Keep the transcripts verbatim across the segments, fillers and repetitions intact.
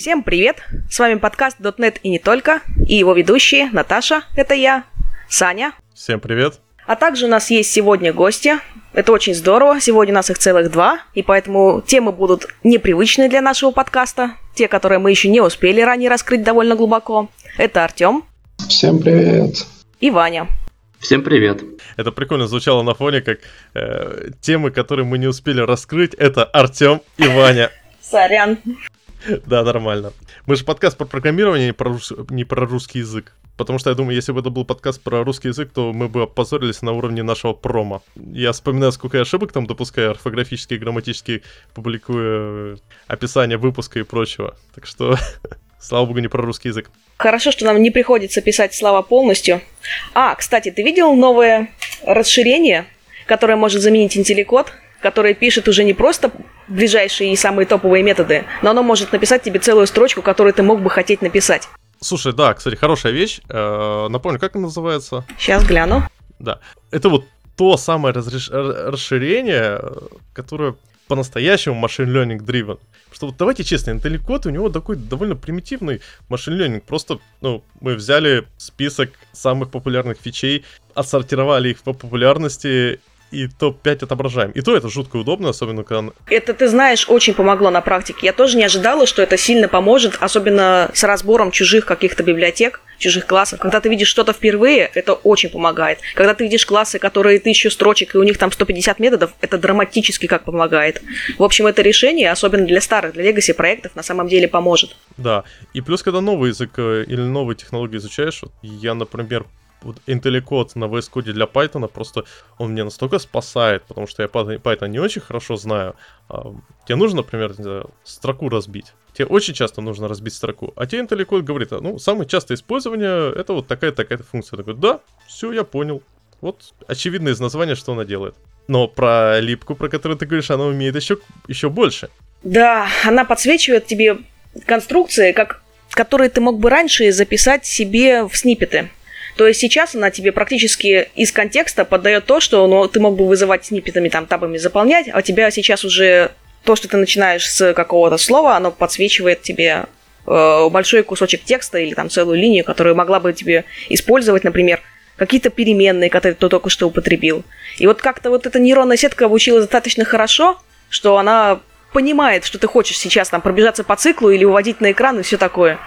Всем привет! С вами подкаст .дот нет и не только, и его ведущие Наташа, это я, Саня. Всем привет! А также у нас есть сегодня гости. Это очень здорово, сегодня у нас их целых два, и поэтому темы будут непривычные для нашего подкаста, те, которые мы еще не успели ранее раскрыть довольно глубоко. Это Артем. Всем привет! И Ваня. Всем привет. Это прикольно звучало на фоне, как э, темы, которые мы не успели раскрыть, это Артем и Ваня. Сорян. Да, нормально. Мы же подкаст про программирование, не про, рус... не про русский язык. Потому что я думаю, если бы это был подкаст про русский язык, то мы бы опозорились на уровне нашего промо. Я вспоминаю, сколько я ошибок там допускаю, орфографические, грамматические, публикуя описание выпуска и прочего. Так что, слава богу, не про русский язык. Хорошо, что нам не приходится писать слова полностью. А, кстати, ты видел новое расширение, которое может заменить интелликод, которое пишет уже не просто ближайшие и самые топовые методы, но оно может написать тебе целую строчку, которую ты мог бы хотеть написать. Слушай, да, кстати, хорошая вещь. Э, напомню, как она называется? Сейчас гляну. Да, это вот то самое разреш... расширение, которое по-настоящему machine learning driven. Что вот давайте честно, интелликод у него такой довольно примитивный machine learning. Просто, ну, мы взяли список самых популярных фичей, отсортировали их по популярности и топ пять отображаем. И то это жутко удобно, особенно когда... Это, ты знаешь, очень помогло на практике. Я тоже не ожидала, что это сильно поможет, особенно с разбором чужих каких-то библиотек, чужих классов. Когда ты видишь что-то впервые, это очень помогает. Когда ты видишь классы, которые тысячу строчек, и у них там сто пятьдесят методов, это драматически как помогает. В общем, это решение, особенно для старых, для legacy проектов, на самом деле поможет. Да, и плюс, когда новый язык или новые технологии изучаешь, вот я, например, вот IntelliCode на ви эс Code для Python, просто он меня настолько спасает, потому что я Python не очень хорошо знаю. Тебе нужно, например, строку разбить. Тебе очень часто нужно разбить строку. А тебе IntelliCode говорит, ну, самое частое использование это вот такая-такая функция. Я такой, да, все, я понял. Вот очевидно из названия, что она делает. Но про липку, про которую ты говоришь, она умеет еще, еще больше. Да, она подсвечивает тебе конструкции, как, которые ты мог бы раньше записать себе в сниппеты. То есть сейчас она тебе практически из контекста поддает то, что ну, ты мог бы вызывать сниппетами, там, табами заполнять, а у тебя сейчас уже то, что ты начинаешь с какого-то слова, оно подсвечивает тебе э, большой кусочек текста или там целую линию, которую могла бы тебе использовать, например, какие-то переменные, которые ты только что употребил. И вот как-то вот эта нейронная сетка обучилась достаточно хорошо, что она понимает, что ты хочешь сейчас там пробежаться по циклу или выводить на экран и все такое.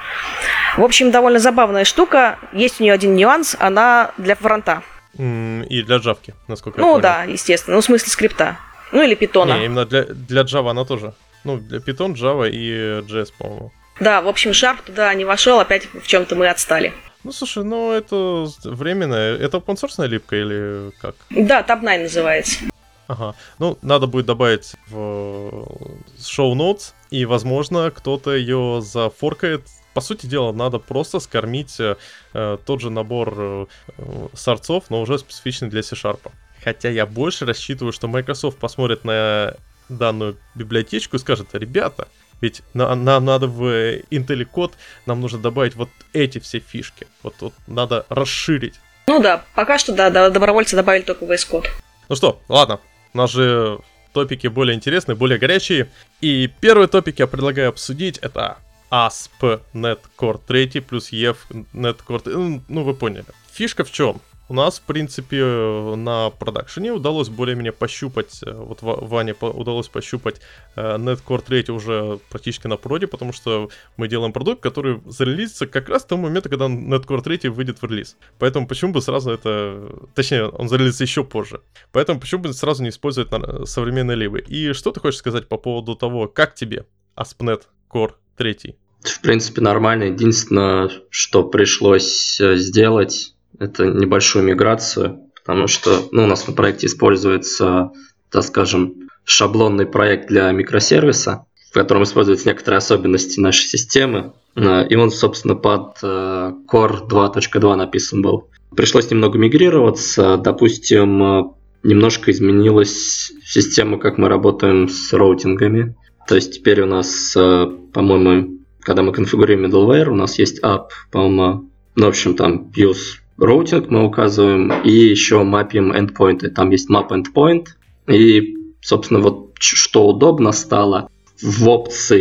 В общем, довольно забавная штука. Есть у нее один нюанс, она для фронта. Mm, и для джавки, насколько ну, я понял. Ну да, естественно, ну в смысле скрипта. Ну или питона. Не, именно для, для Java она тоже. Ну, для Python, Java и джей эс, по-моему. Да, в общем, Sharp туда не вошел, опять в чем-то мы отстали. Ну, слушай, ну это временная, это open-source липка или как? Да, Tab девять называется. Ага, ну, надо будет добавить в шоу-ноутс, и, возможно, кто-то ее зафоркает. По сути дела, надо просто скормить э, тот же набор э, сорцов, но уже специфичный для C-Sharp. Хотя я больше рассчитываю, что Microsoft посмотрит на данную библиотечку и скажет, ребята, ведь нам на, надо в IntelliCode, нам нужно добавить вот эти все фишки. Вот, вот надо расширить. Ну да, пока что, да, добровольцы добавили только ви эс Code. Ну что, ладно, у нас же топики более интересные, более горячие. И первый топик я предлагаю обсудить, это эй эс пи точка нет Core три плюс и эф точка нет Core три. Ну, вы поняли. Фишка в чем? У нас, в принципе, на продакшене удалось более-менее пощупать, вот Ване удалось пощупать нет Core три уже практически на проде, потому что мы делаем продукт, который зарелизится как раз к тому моменту, когда нет Core три выйдет в релиз. Поэтому почему бы сразу это... Точнее, он зарелизится еще позже. Поэтому почему бы сразу не использовать современные либы? И что ты хочешь сказать по поводу того, как тебе эй эс пи точка нет Core три? В принципе, нормально. Единственное, что пришлось сделать... Это небольшую миграцию, потому что ну, у нас на проекте используется, так скажем, шаблонный проект для микросервиса, в котором используются некоторые особенности нашей системы. И он, собственно, под Core два точка два написан был. Пришлось немного мигрироваться. Допустим, немножко изменилась система, как мы работаем с роутингами. То есть теперь у нас, по-моему, когда мы конфигурируем middleware, у нас есть app, по-моему, ну, в общем, там use роутинг мы указываем, и еще мапим endpoint. Там есть map endpoint. И, собственно, вот что удобно стало, в опции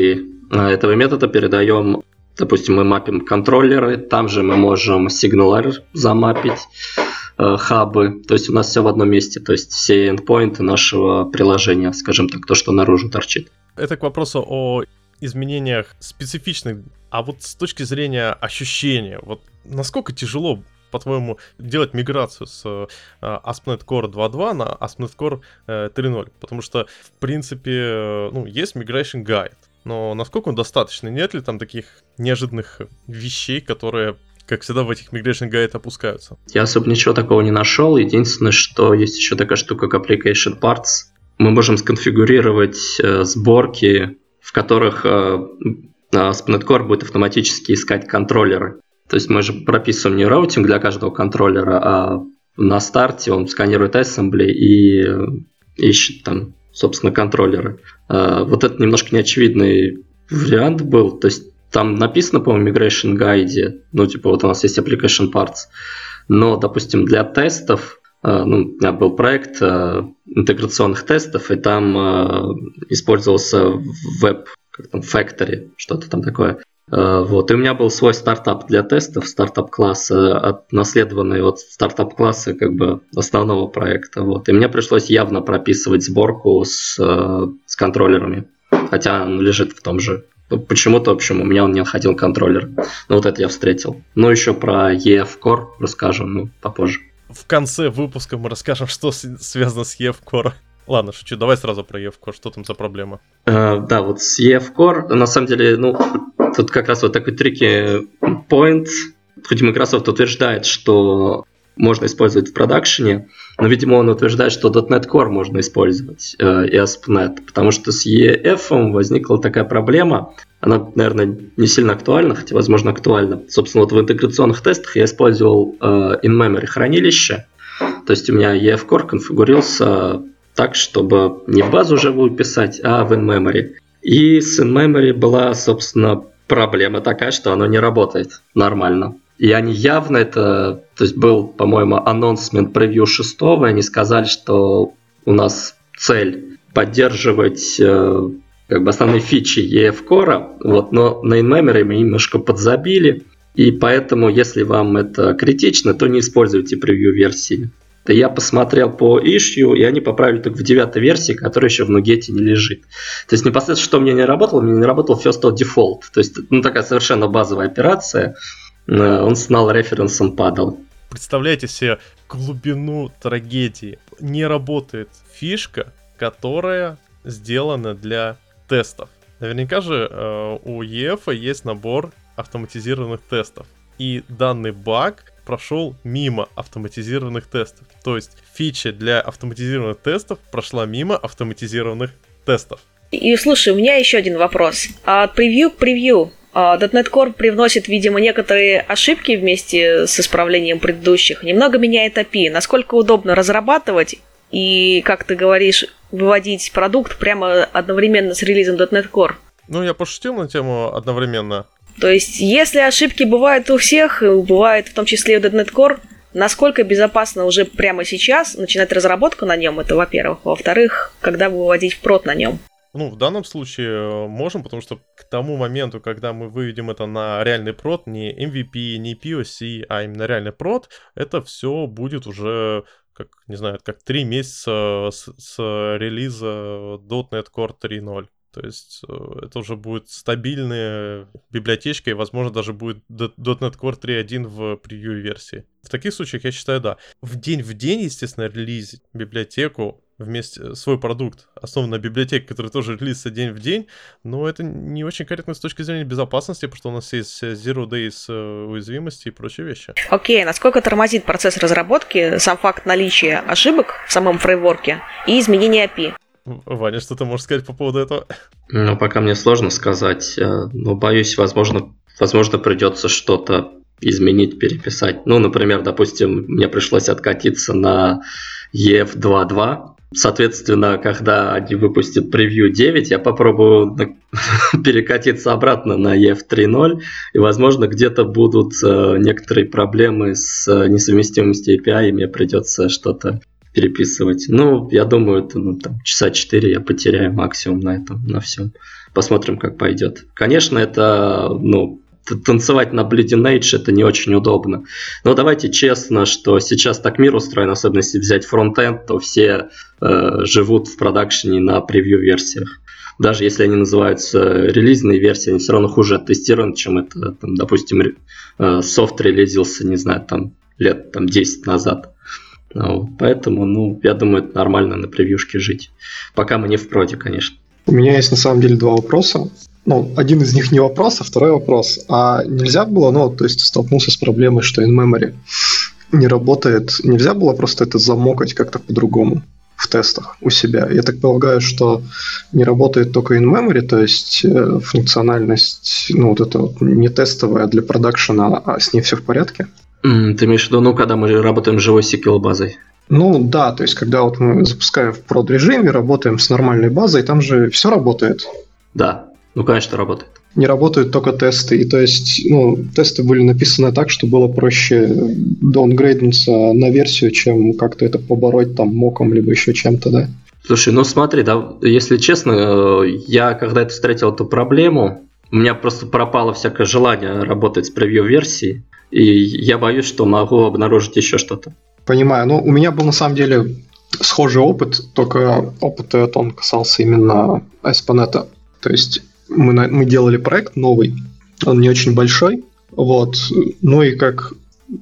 этого метода передаем, допустим, мы мапим контроллеры, там же мы можем сигналер замапить, э, хабы, то есть у нас все в одном месте, то есть все эндпоинты нашего приложения, скажем так, то, что наружу торчит. Это к вопросу о изменениях специфичных, а вот с точки зрения ощущения, вот насколько тяжело, по-твоему, делать миграцию с э, эй эс пи точка нет Core два точка два на эй эс пи точка нет Core э, три точка ноль? Потому что, в принципе, э, ну, есть Migration Guide, но насколько он достаточный? Нет ли там таких неожиданных вещей, которые, как всегда, в этих Migration Guide опускаются? Я особо ничего такого не нашел. Единственное, что есть еще такая штука, как Application Parts. Мы можем сконфигурировать э, сборки, в которых э, эй эс пи точка нет Core будет автоматически искать контроллеры. То есть мы же прописываем не роутинг для каждого контроллера, а на старте он сканирует ассембли и ищет там, собственно, контроллеры. Вот это немножко неочевидный вариант был. То есть там написано, по-моему, Migration Guide, ну, типа, вот у нас есть Application Parts, но, допустим, для тестов, ну, у меня был проект интеграционных тестов, и там использовался Web как там, Factory, что-то там такое. Вот. И у меня был свой стартап для тестов, стартап-класса, наследованный от стартап-класса как бы основного проекта. Вот. И мне пришлось явно прописывать сборку с, с контроллерами, хотя он лежит в том же. Почему-то, в общем, у меня он не находил контроллер. Ну, вот это я встретил. Ну, еще про и эф Core расскажем, ну, попозже. В конце выпуска мы расскажем, что связано с и эф Core. Ладно, шучу, давай сразу про и эф Core, что там за проблема? Uh, да, вот с и эф Core, на самом деле, ну, тут как раз вот такой трики point. Хоть Microsoft утверждает, что можно использовать в продакшене, но, видимо, он утверждает, что .дот нет Core можно использовать, uh, и эй эс пи точка нет, потому что с и эф возникла такая проблема, она, наверное, не сильно актуальна, хотя, возможно, актуальна. Собственно, вот в интеграционных тестах я использовал uh, in-memory хранилище, то есть у меня и эф Core конфигурился так, чтобы не в базу живую писать, а в in-memory. И с in-memory была, собственно, проблема такая, что оно не работает нормально. И они явно это... То есть был, по-моему, announcement превью шестого, и они сказали, что у нас цель поддерживать э, как бы основные фичи и эф Core, вот, но на in-memory мы немножко подзабили, и поэтому, если вам это критично, то не используйте превью-версии. Я посмотрел по issue, и они поправили только в девятой версии, которая еще в Нугете не лежит. То есть непосредственно, что мне не работало, мне не работал first of default. То есть, ну, такая совершенно базовая операция. Он с null референсом падал. Представляете себе глубину трагедии. Не работает фишка, которая сделана для тестов. Наверняка же э, у и эф есть набор автоматизированных тестов. И данный баг прошел мимо автоматизированных тестов. То есть фича для автоматизированных тестов прошла мимо автоматизированных тестов. И слушай, у меня еще один вопрос. От превью к превью .дот нет Core привносит, видимо, некоторые ошибки вместе с исправлением предыдущих. Немного меняет эй пи ай. Насколько удобно разрабатывать и, как ты говоришь, выводить продукт прямо одновременно с релизом .дот нет Core? Ну, я пошутил на тему одновременно. То есть, если ошибки бывают у всех, бывает в том числе и у .дот нет Core, насколько безопасно уже прямо сейчас начинать разработку на нем, это во-первых. Во-вторых, когда выводить в прод на нем? Ну, в данном случае можем, потому что к тому моменту, когда мы выведем это на реальный прод, не эм ви пи, не пи о си, а именно реальный прод, это все будет уже, как, не знаю, как три месяца с, с релиза .дот нет Core три ноль. То есть это уже будет стабильная библиотечка, и, возможно, даже будет .дот нет Core три один в превью-версии. В таких случаях, я считаю, да. В день в день, естественно, релизить библиотеку, вместе свой продукт, основан на библиотеке, который тоже релизится день в день, но это не очень корректно с точки зрения безопасности, потому что у нас есть Zero Days уязвимости и прочие вещи. Окей, okay, насколько тормозит процесс разработки сам факт наличия ошибок в самом фреймворке и изменения эй пи ай? Ваня, что ты можешь сказать по поводу этого? Ну, пока мне сложно сказать, но боюсь, возможно, возможно придется что-то изменить, переписать. Ну, например, допустим, мне пришлось откатиться на и эф два точка два. Соответственно, когда они выпустят превью девять, я попробую перекатиться обратно на и эф три ноль, и, возможно, где-то будут некоторые проблемы с несовместимостью эй пи ай, и мне придется что-то переписывать. Ну, я думаю, это ну, там, часа четыре я потеряю максимум на этом, на всем. Посмотрим, как пойдет. Конечно, это, ну, танцевать на Bleeding Edge это не очень удобно. Но давайте честно, что сейчас так мир устроен, особенно если взять фронтенд, то все э, живут в продакшене на превью-версиях. Даже если они называются релизные версии, они все равно хуже оттестированы, чем это, там, допустим, э, софт релизился, не знаю, там, лет там, десять назад. Ну, поэтому, ну, я думаю, это нормально на превьюшке жить. Пока мы не в проде, конечно. У меня есть на самом деле два вопроса. Ну, один из них не вопрос, а второй вопрос. А нельзя было, ну, то есть столкнулся с проблемой, что in-memory не работает. Нельзя было просто это замокать как-то по-другому в тестах у себя? Я так полагаю, что не работает только in-memory, то есть э, функциональность, ну, вот это вот не тестовая для продакшена, а с ней все в порядке? Mm, ты имеешь в виду, ну, когда мы работаем с живой эс кью эль-базой? Ну да, то есть когда вот мы запускаем в прод-режиме, работаем с нормальной базой, там же все работает. Да, ну конечно работает. Не работают только тесты, и то есть ну, тесты были написаны так, что было проще даунгрейднуться на версию, чем как-то это побороть там моком либо еще чем-то, да? Слушай, ну смотри, да, если честно, я когда это встретил эту проблему, у меня просто пропало всякое желание работать с превью-версией, и я боюсь, что могу обнаружить еще что-то. Понимаю. Ну, у меня был на самом деле схожий опыт, только опыт этот он касался именно эй эс пи точка нет. То есть мы, на, мы делали проект новый, он не очень большой, вот. Ну и как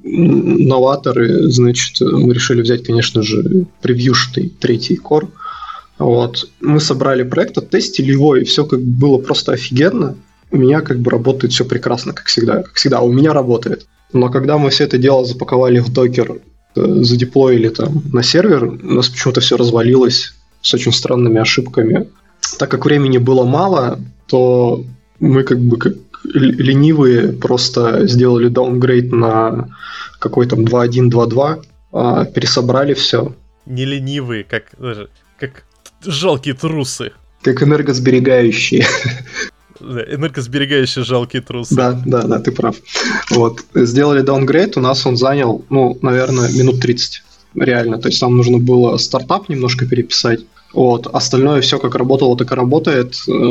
новаторы, значит, мы решили взять, конечно же, превьюшный третий кор. Вот. Мы собрали проект, оттестили его, и все как бы было просто офигенно. У меня как бы работает все прекрасно, как всегда. Как всегда, у меня работает. Но когда мы все это дело запаковали в докер, задеплоили там на сервер, у нас почему-то все развалилось с очень странными ошибками. Так как времени было мало, то мы как бы как ленивые просто сделали даунгрейд на какой там два точка один, два точка два, пересобрали все. Не ленивые, как, как жалкие трусы. Как энергосберегающие. Энергосберегающие жалкие трусы. Да, да, да, ты прав. Вот. Сделали даунгрейд, у нас он занял, ну, наверное, минут тридцать. Реально. То есть нам нужно было стартап немножко переписать. Вот. Остальное все как работало, так и работает.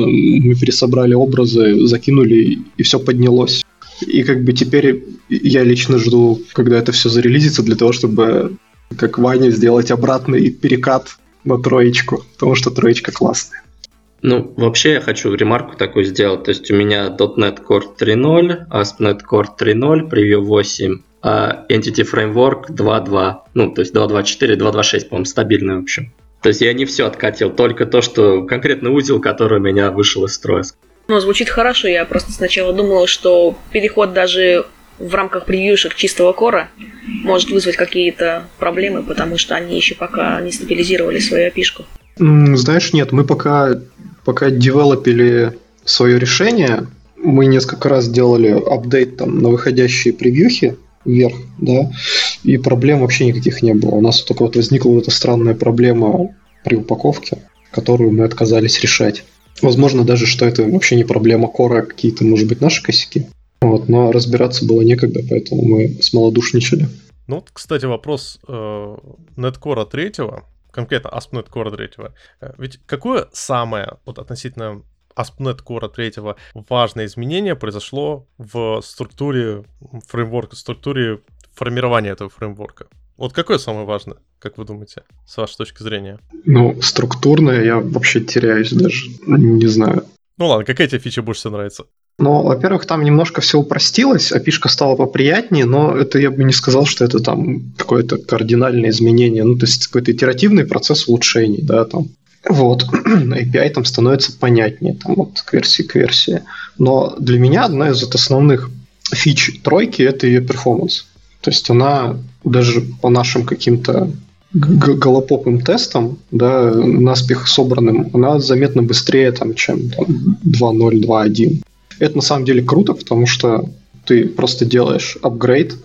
Мы пересобрали образы, закинули, и все поднялось. И как бы теперь я лично жду, когда это все зарелизится, для того, чтобы, как Ваня, сделать обратный перекат на троечку. Потому что троечка классная. Ну, вообще я хочу ремарку такую сделать. То есть у меня .дот нет Core три ноль, эй эс пи точка нет Core три ноль, Preview восемь, а Entity Framework два точка два. Ну, то есть два точка двадцать четыре, два точка двадцать шесть, по-моему, стабильный в общем. То есть я не все откатил, только то, что конкретный узел, который у меня вышел из строя. Ну, звучит хорошо. Я просто сначала думала, что переход даже в рамках превьюшек чистого кора может вызвать какие-то проблемы, потому что они еще пока не стабилизировали свою эй пи ай-шку. Знаешь, нет, мы пока, пока девелопили свое решение, мы несколько раз делали апдейт там, на выходящие превьюхи вверх, да, и проблем вообще никаких не было. У нас только вот возникла вот эта странная проблема при упаковке, которую мы отказались решать. Возможно, даже, что это вообще не проблема кора, а какие-то, может быть, наши косяки. Вот, но разбираться было некогда, поэтому мы смолодушничали. Ну, вот, кстати, вопрос э, Неткора третьего, конкретно эй эс пи точка нет Core третьего. Ведь какое самое, вот относительно эй эс пи точка нет Core третьего, важное изменение произошло в структуре фреймворка, в структуре формирования этого фреймворка? Вот какое самое важное, как вы думаете, с вашей точки зрения? Ну, структурное я вообще теряюсь даже, не знаю. Ну ладно, какая тебе фича больше всего нравится? Ну, во-первых, там немножко все упростилось, эй пи ай-шка стала поприятнее, но это я бы не сказал, что это там какое-то кардинальное изменение. Ну, то есть какой-то итеративный процесс улучшений, да, там. Вот, эй пи ай там становится понятнее, там, вот, к версии к версии. Но для меня одна из основных фич тройки – это ее перформанс. То есть она даже по нашим каким-то голопопым тестам, да, наспех собранным, она заметно быстрее, там, чем там, два ноль, два один. Это на самом деле круто, потому что ты просто делаешь апгрейд,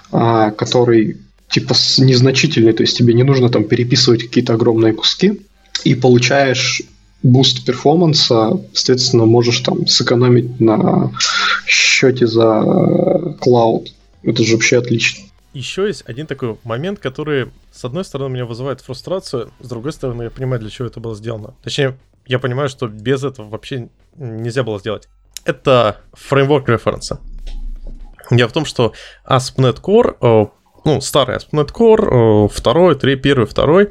а, который типа незначительный, то есть тебе не нужно там переписывать какие-то огромные куски, и получаешь буст перформанса, соответственно, можешь там сэкономить на счете за клауд. Это же вообще отлично. Еще есть один такой момент, который, с одной стороны, меня вызывает фрустрацию, с другой стороны, я понимаю, для чего это было сделано. Точнее, я понимаю, что без этого вообще нельзя было сделать. Это фреймворк референса. Дело в том, что эй эс пи точка нет Core, ну, старый эй эс пи точка нет Core, второй, три, первый, второй,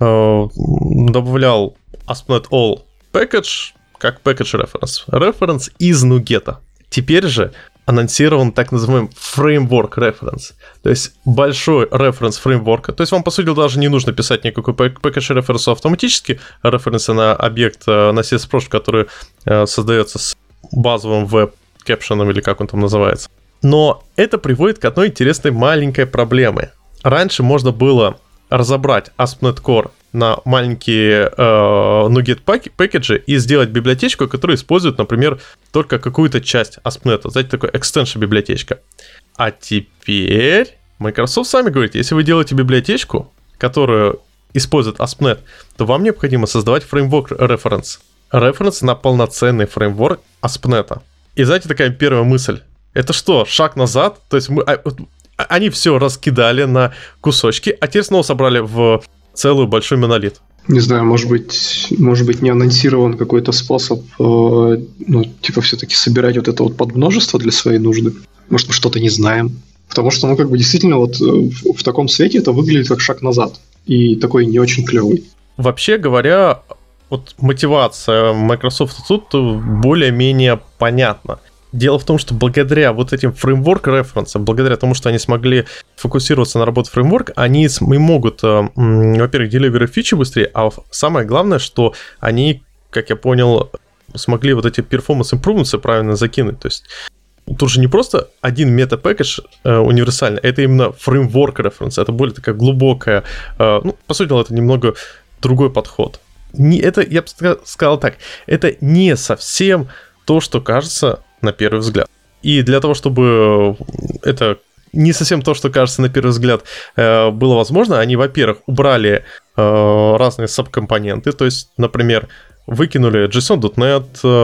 добавлял эй эс пи точка нет All package как package reference. Reference из NuGet. Теперь же анонсирован так называемый framework reference. То есть большой референс фреймворка. То есть вам, по сути, даже не нужно писать никакой package reference автоматически. Референсы на объект на си эс эс, который создается с базовым веб-кэпшеном или как он там называется. Но это приводит к одной интересной маленькой проблеме. Раньше можно было разобрать эй эс пи точка нет Core на маленькие э, NuGet пакеджи и сделать библиотечку, которая использует, например, только какую-то часть эй эс пи точка нет. Знаете, такой extension библиотечка. А теперь Microsoft сами говорит, если вы делаете библиотечку, которую использует эй эс пи точка нет, то вам необходимо создавать фреймворк референс. Референс на полноценный фреймворк эй эс пи точка нет. И знаете, такая первая мысль. Это что, шаг назад? То есть мы, а, они все раскидали на кусочки, а теперь снова собрали в целый большой монолит. Не знаю, может быть, может быть, не анонсирован какой-то способ, э, ну, типа, все-таки собирать вот это вот подмножество для своей нужды. Может, мы что-то не знаем. Потому что, ну, как бы, действительно, вот в, в таком свете это выглядит как шаг назад. И такой не очень клевый. Вообще говоря, вот мотивация Microsoft тут более-менее понятна. Дело в том, что благодаря вот этим фреймворк-референсам, благодаря тому, что они смогли фокусироваться на работе фреймворк, они могут, во-первых, деливерить фичи быстрее, а самое главное, что они, как я понял, смогли вот эти performance improvements правильно закинуть. То есть тут же не просто один мета-пэкэдж э, универсальный, это именно фреймворк-референс, это более такая глубокая, э, ну, по сути дела, это немного другой подход. Не, это, я бы сказал так, это не совсем то, что кажется на первый взгляд. И для того, чтобы это не совсем то, что кажется на первый взгляд, было возможно, они, во-первых, убрали разные сабкомпоненты, то есть, например, выкинули джейсон точка нет,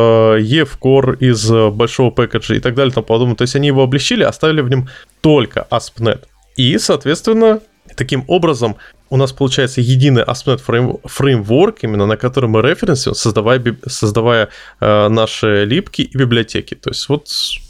и эф Core из большого пэкэджа и так далее и тому подобное. То есть они его облегчили, оставили в нем только эй эс пи точка нет. И, соответственно, таким образом у нас получается единый эй эс пи точка нет фреймворк, именно на котором мы референсим, создавая, создавая э, наши липки и библиотеки. То есть вот...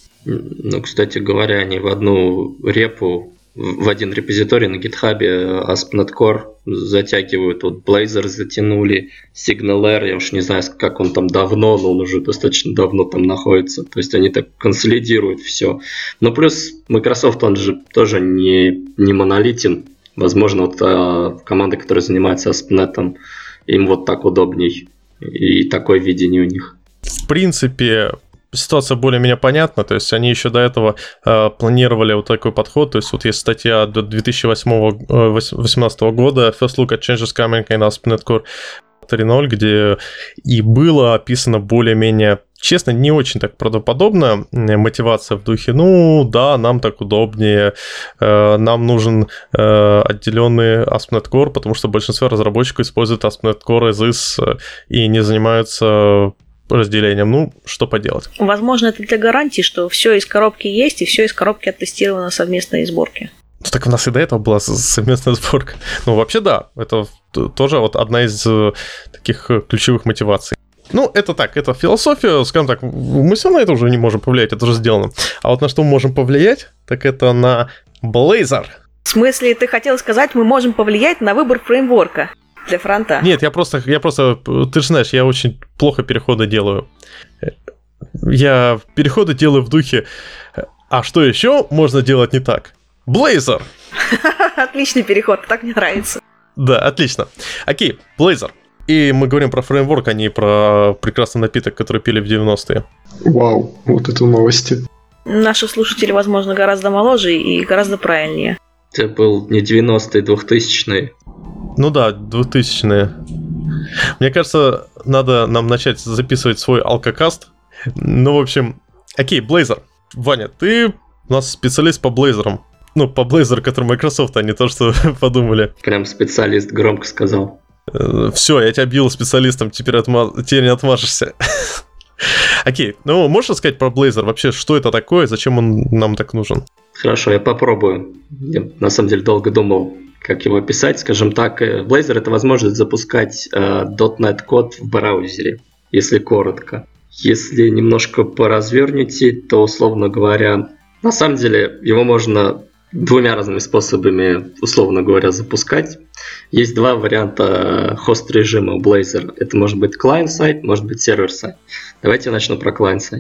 Ну, кстати говоря, они в одну репу, в один репозиторий на GitHub эй эс пи точка нет Core затягивают. Вот Blazor затянули, SignalR, я уж не знаю, как он там давно, но он уже достаточно давно там находится. То есть они так консолидируют все. Но плюс Microsoft, он же тоже не, не монолитен. Возможно, вот а, команда, которая занимается эй эс пи точка нет, им вот так удобней. И такое видение у них. В принципе, ситуация более-менее понятна. То есть они еще до этого э, планировали вот такой подход. То есть вот есть статья до две тысячи восемнадцатого года First Look at Changes Coming in эй эс пи точка нет Core три ноль, где и было описано более-менее, честно, не очень так правдоподобно, мотивация в духе, ну да, нам так удобнее, э, нам нужен э, отделенный эй эс пи точка нет Core, потому что большинство разработчиков используют эй эс пи точка нет Core as is и не занимаются разделением. Ну, что поделать. Возможно, это для гарантии, что все из коробки есть, и все из коробки оттестировано совместной сборке. Ну, так у нас и до этого была совместная сборка. Ну, вообще, да, это тоже вот одна из таких ключевых мотиваций. Ну, это так, это философия, скажем так, мы все на это уже не можем повлиять, это уже сделано. А вот на что мы можем повлиять, так это на Blazor. В смысле, ты хотел сказать, мы можем повлиять на выбор фреймворка для фронта? Нет, я просто, я просто, ты же знаешь, я очень плохо переходы делаю. Я переходы делаю в духе, а что еще можно делать не так? Blazor! Отличный переход, так мне нравится. Да, отлично. Окей, Blazor. И мы говорим про фреймворк, а не про прекрасный напиток, который пили в девяностые. Вау, вот это новости. Наши слушатели, возможно, гораздо моложе и гораздо правильнее. Это был не девяностые, двухтысячные. Ну да, двухтысячные. Мне кажется, надо нам начать записывать свой алкокаст. Ну, в общем, окей, Blazor. Ваня, ты у нас специалист по Blazor'ам. Ну, по Blazor, который Microsoft, а не то, что подумали. Прям специалист громко сказал. Все, я тебя бил специалистом, теперь, отма... теперь не отмажешься. Окей, ну можешь рассказать про Blazor вообще, что это такое, зачем он нам так нужен? Хорошо, я попробую. Я на самом деле долго думал, как его описать. Скажем так, Blazor — это возможность запускать э, .дот нет код в браузере, если коротко. Если немножко поразвернете, то, условно говоря, на самом деле его можно двумя разными способами, условно говоря, запускать. Есть два варианта хост-режима у Blazor. Это может быть client-сайт, может быть сервер-сайт. Давайте я начну про client-сайт.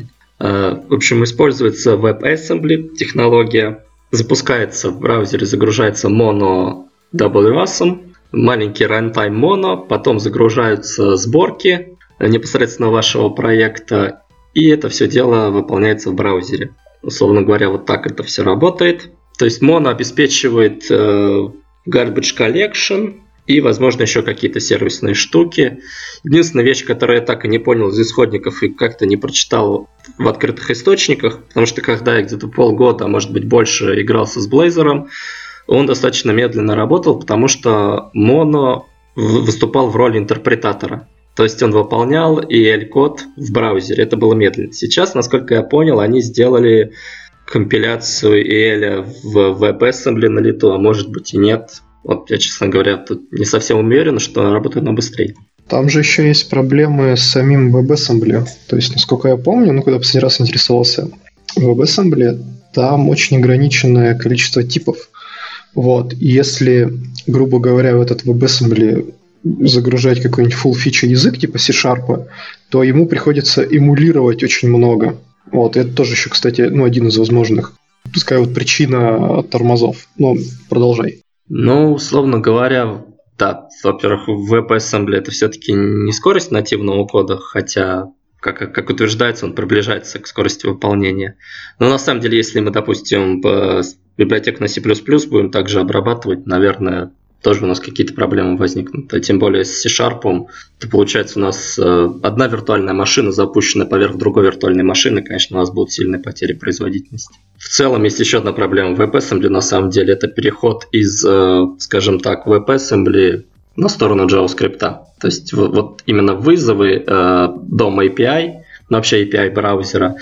В общем, используется WebAssembly технология. Запускается в браузере, загружается Mono дабл ю эс, маленький runtime Mono, потом загружаются сборки непосредственно вашего проекта, и это все дело выполняется в браузере. Условно говоря, вот так это все работает. То есть Mono обеспечивает э, garbage collection и, возможно, еще какие-то сервисные штуки. Единственная вещь, которую я так и не понял из исходников и как-то не прочитал в открытых источниках, потому что когда я где-то полгода, а может быть больше, игрался с Blazor, он достаточно медленно работал, потому что Mono выступал в роли интерпретатора. То есть он выполнял и эл-код в браузере. Это было медленно. Сейчас, насколько я понял, они сделали компиляцию и эл в WebAssembly на лету, а может быть и нет. Вот я, честно говоря, тут не совсем уверен, что работает оно быстрее. Там же еще есть проблемы с самим WebAssembly. То есть, насколько я помню, ну, когда последний раз интересовался WebAssembly, там очень ограниченное количество типов. Вот. И если, грубо говоря, в этот WebAssembly загружать какой-нибудь full-feature язык типа C-Sharp, то ему приходится эмулировать очень много. Вот, и это тоже еще, кстати, ну, один из возможных. Пускай вот причина тормозов. Ну, продолжай. Ну, условно говоря, да, во-первых, в WebAssembly это все-таки не скорость нативного кода, хотя, как, как утверждается, он приближается к скорости выполнения. Но на самом деле, если мы, допустим, библиотеку на C++ будем также обрабатывать, наверное, тоже у нас какие-то проблемы возникнут. А тем более с C-Sharp, то получается у нас э, одна виртуальная машина, запущенная поверх другой виртуальной машины, конечно, у нас будут сильные потери производительности. В целом, есть еще одна проблема в WebAssembly, на самом деле, это переход из, э, скажем так, WebAssembly на сторону JavaScript. То есть вот, вот именно вызовы э, дом эй пи ай, ну, вообще эй пи ай браузера,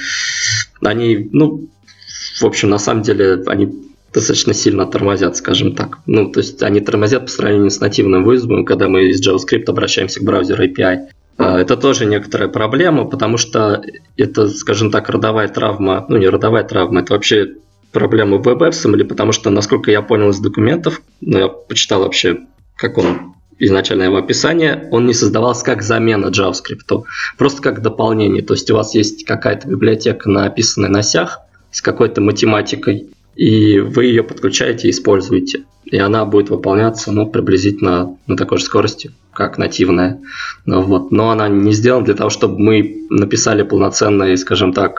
они, ну, в общем, на самом деле, они достаточно сильно тормозят, скажем так. Ну, то есть они тормозят по сравнению с нативным вызовом, когда мы из JavaScript обращаемся к браузеру эй пи ай. Это тоже некоторая проблема, потому что это, скажем так, родовая травма, ну не родовая травма, это вообще проблема в WebAssembly, потому что, насколько я понял из документов, ну я почитал вообще, как он изначально его описание, он не создавался как замена JavaScript, просто как дополнение. То есть у вас есть какая-то библиотека, написанная на сях, с какой-то математикой, и вы ее подключаете и используете. И она будет выполняться, ну, приблизительно на такой же скорости, как нативная. Ну, вот. Но она не сделана для того, чтобы мы написали полноценный, скажем так,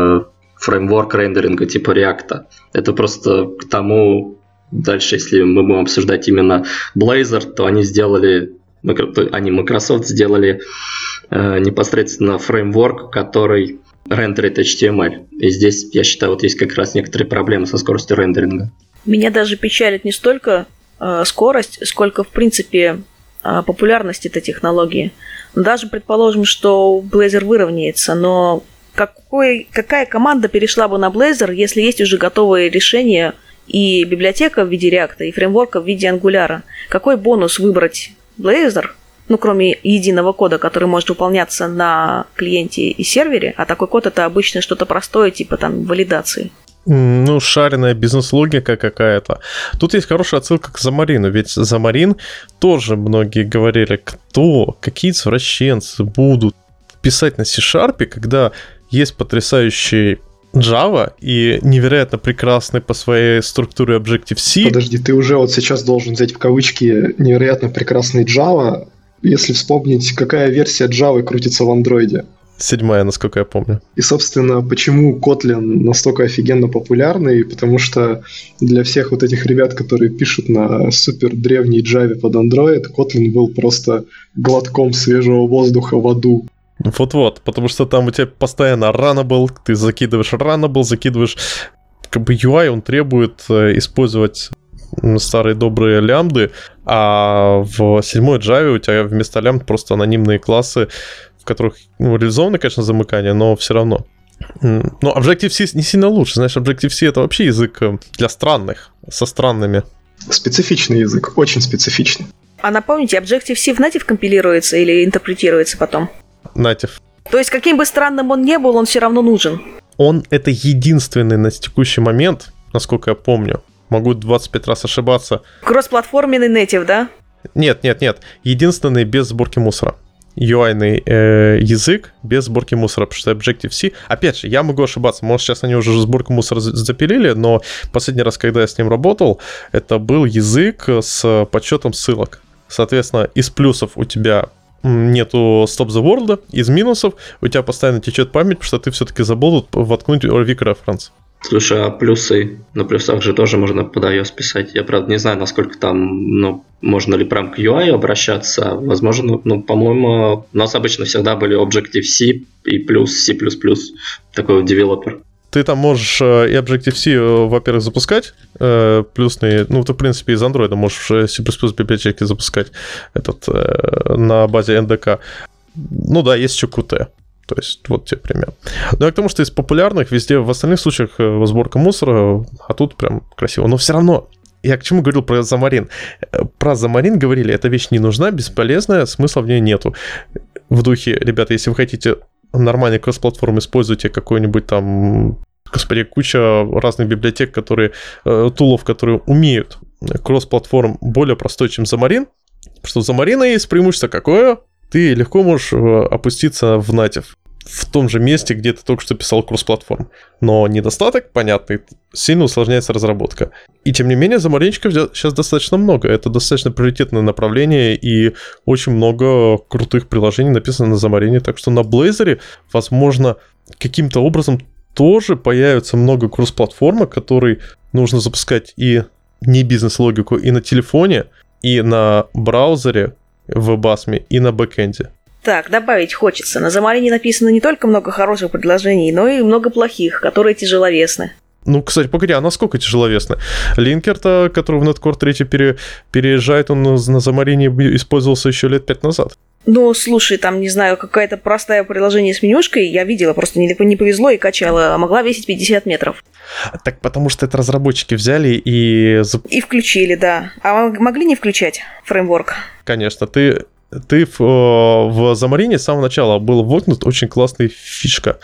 фреймворк рендеринга типа React. Это просто к тому, дальше, если мы будем обсуждать именно Blazor, то они сделали, они, Microsoft, сделали э, непосредственно фреймворк, который рендерит эйч ти эм эль. И здесь, я считаю, вот есть как раз некоторые проблемы со скоростью рендеринга. Меня даже печалит не столько э, скорость, сколько, в принципе, э, популярность этой технологии. Даже предположим, что Blazor выровняется, но какой, какая команда перешла бы на Blazor, если есть уже готовые решения и библиотека в виде React, и фреймворка в виде Angular? Какой бонус выбрать Blazor? Ну, кроме единого кода, который может выполняться на клиенте и сервере, а такой код — это обычно что-то простое, типа там валидации. Ну, шаренная бизнес-логика какая-то. Тут есть хорошая отсылка к Xamarin, ведь Xamarin тоже многие говорили, кто, какие извращенцы будут писать на C-Sharp, когда есть потрясающий Java и невероятно прекрасный по своей структуре Objective-C. Подожди, ты уже вот сейчас должен взять в кавычки невероятно прекрасный Java, если вспомнить, какая версия Java крутится в андроиде. Седьмая, насколько я помню. И, собственно, почему Kotlin настолько офигенно популярный? Потому что для всех вот этих ребят, которые пишут на супер древней Java под Android, Kotlin был просто глотком свежего воздуха в аду. Вот-вот, потому что там у тебя постоянно Runnable, ты закидываешь Runnable, закидываешь... Как бы ю ай, он требует использовать старые добрые лямбды, а в седьмой Java у тебя вместо лямбд просто анонимные классы, в которых, ну, реализовано, конечно, замыкание, но все равно. Но Objective-C не сильно лучше. Знаешь, Objective-C — это вообще язык для странных, со странными. Специфичный язык, очень специфичный. А напомните, Objective-C в Native компилируется или интерпретируется потом? Native. То есть, каким бы странным он ни был, он все равно нужен? Он — это единственный на текущий момент, насколько я помню, могу двадцать пять раз ошибаться. Кроссплатформенный Native, да? Нет, нет, нет. Единственный без сборки мусора. ю ай-ный э, язык без сборки мусора, потому что Objective-C... Опять же, я могу ошибаться, может, сейчас они уже сборку мусора запилили, но последний раз, когда я с ним работал, это был язык с подсчетом ссылок. Соответственно, из плюсов у тебя нету Stop the World, из минусов у тебя постоянно течет память, потому что ты все-таки забыл воткнуть Weak Reference. Слушай, а плюсы? На плюсах же тоже можно под iOS писать. Я, правда, не знаю, насколько там, ну, можно ли прям к ю ай обращаться. Возможно, ну, по-моему, у нас обычно всегда были Objective-C и плюс C++, такой вот девелопер. Ты там можешь и Objective-C, во-первых, запускать, э, плюсные, ну, ты, в принципе, из Android можешь C++ библиотеки запускать этот, э, на базе эн ди кей. Ну да, есть еще кью ти. То есть, вот тебе пример. Но я к тому, что из популярных везде, в остальных случаях сборка мусора, а тут прям красиво. Но все равно, я к чему говорил про Xamarin? Про Xamarin говорили, эта вещь не нужна, бесполезная, смысла в ней нету. В духе, ребята, если вы хотите нормальный кросс-платформ, используйте какой-нибудь там, господи, куча разных библиотек, которые, тулов, которые умеют кросс-платформ более простой, чем Xamarin. Потому что у Xamarin есть преимущество какое? Ты легко можешь опуститься в Native, в том же месте, где ты только что писал кросс-платформ. Но недостаток, понятный, сильно усложняется разработка. И тем не менее, замаринчиков сейчас достаточно много. Это достаточно приоритетное направление, и очень много крутых приложений написано на Xamarin. Так что на Blazor, возможно, каким-то образом тоже появится много кросс-платформок, которые нужно запускать и не бизнес-логику, и на телефоне, и на браузере, в WebAssembly и на бэкэнде. Так, добавить хочется. На Xamarin написано не только много хороших предложений, но и много плохих, которые тяжеловесны. Ну, кстати, погоди, а насколько тяжеловесны? Линкер-то, который в Netcore три пере, переезжает, он на Xamarin использовался еще лет пять назад. Ну, слушай, там, не знаю, какое-то простое приложение с менюшкой, я видела, просто не, не повезло и качала, а могла весить пятьдесят метров. Так потому что это разработчики взяли и... И включили, да. А могли не включать фреймворк? Конечно, ты... Ты в, в Xamarin с самого начала был вводнут очень классная фишка.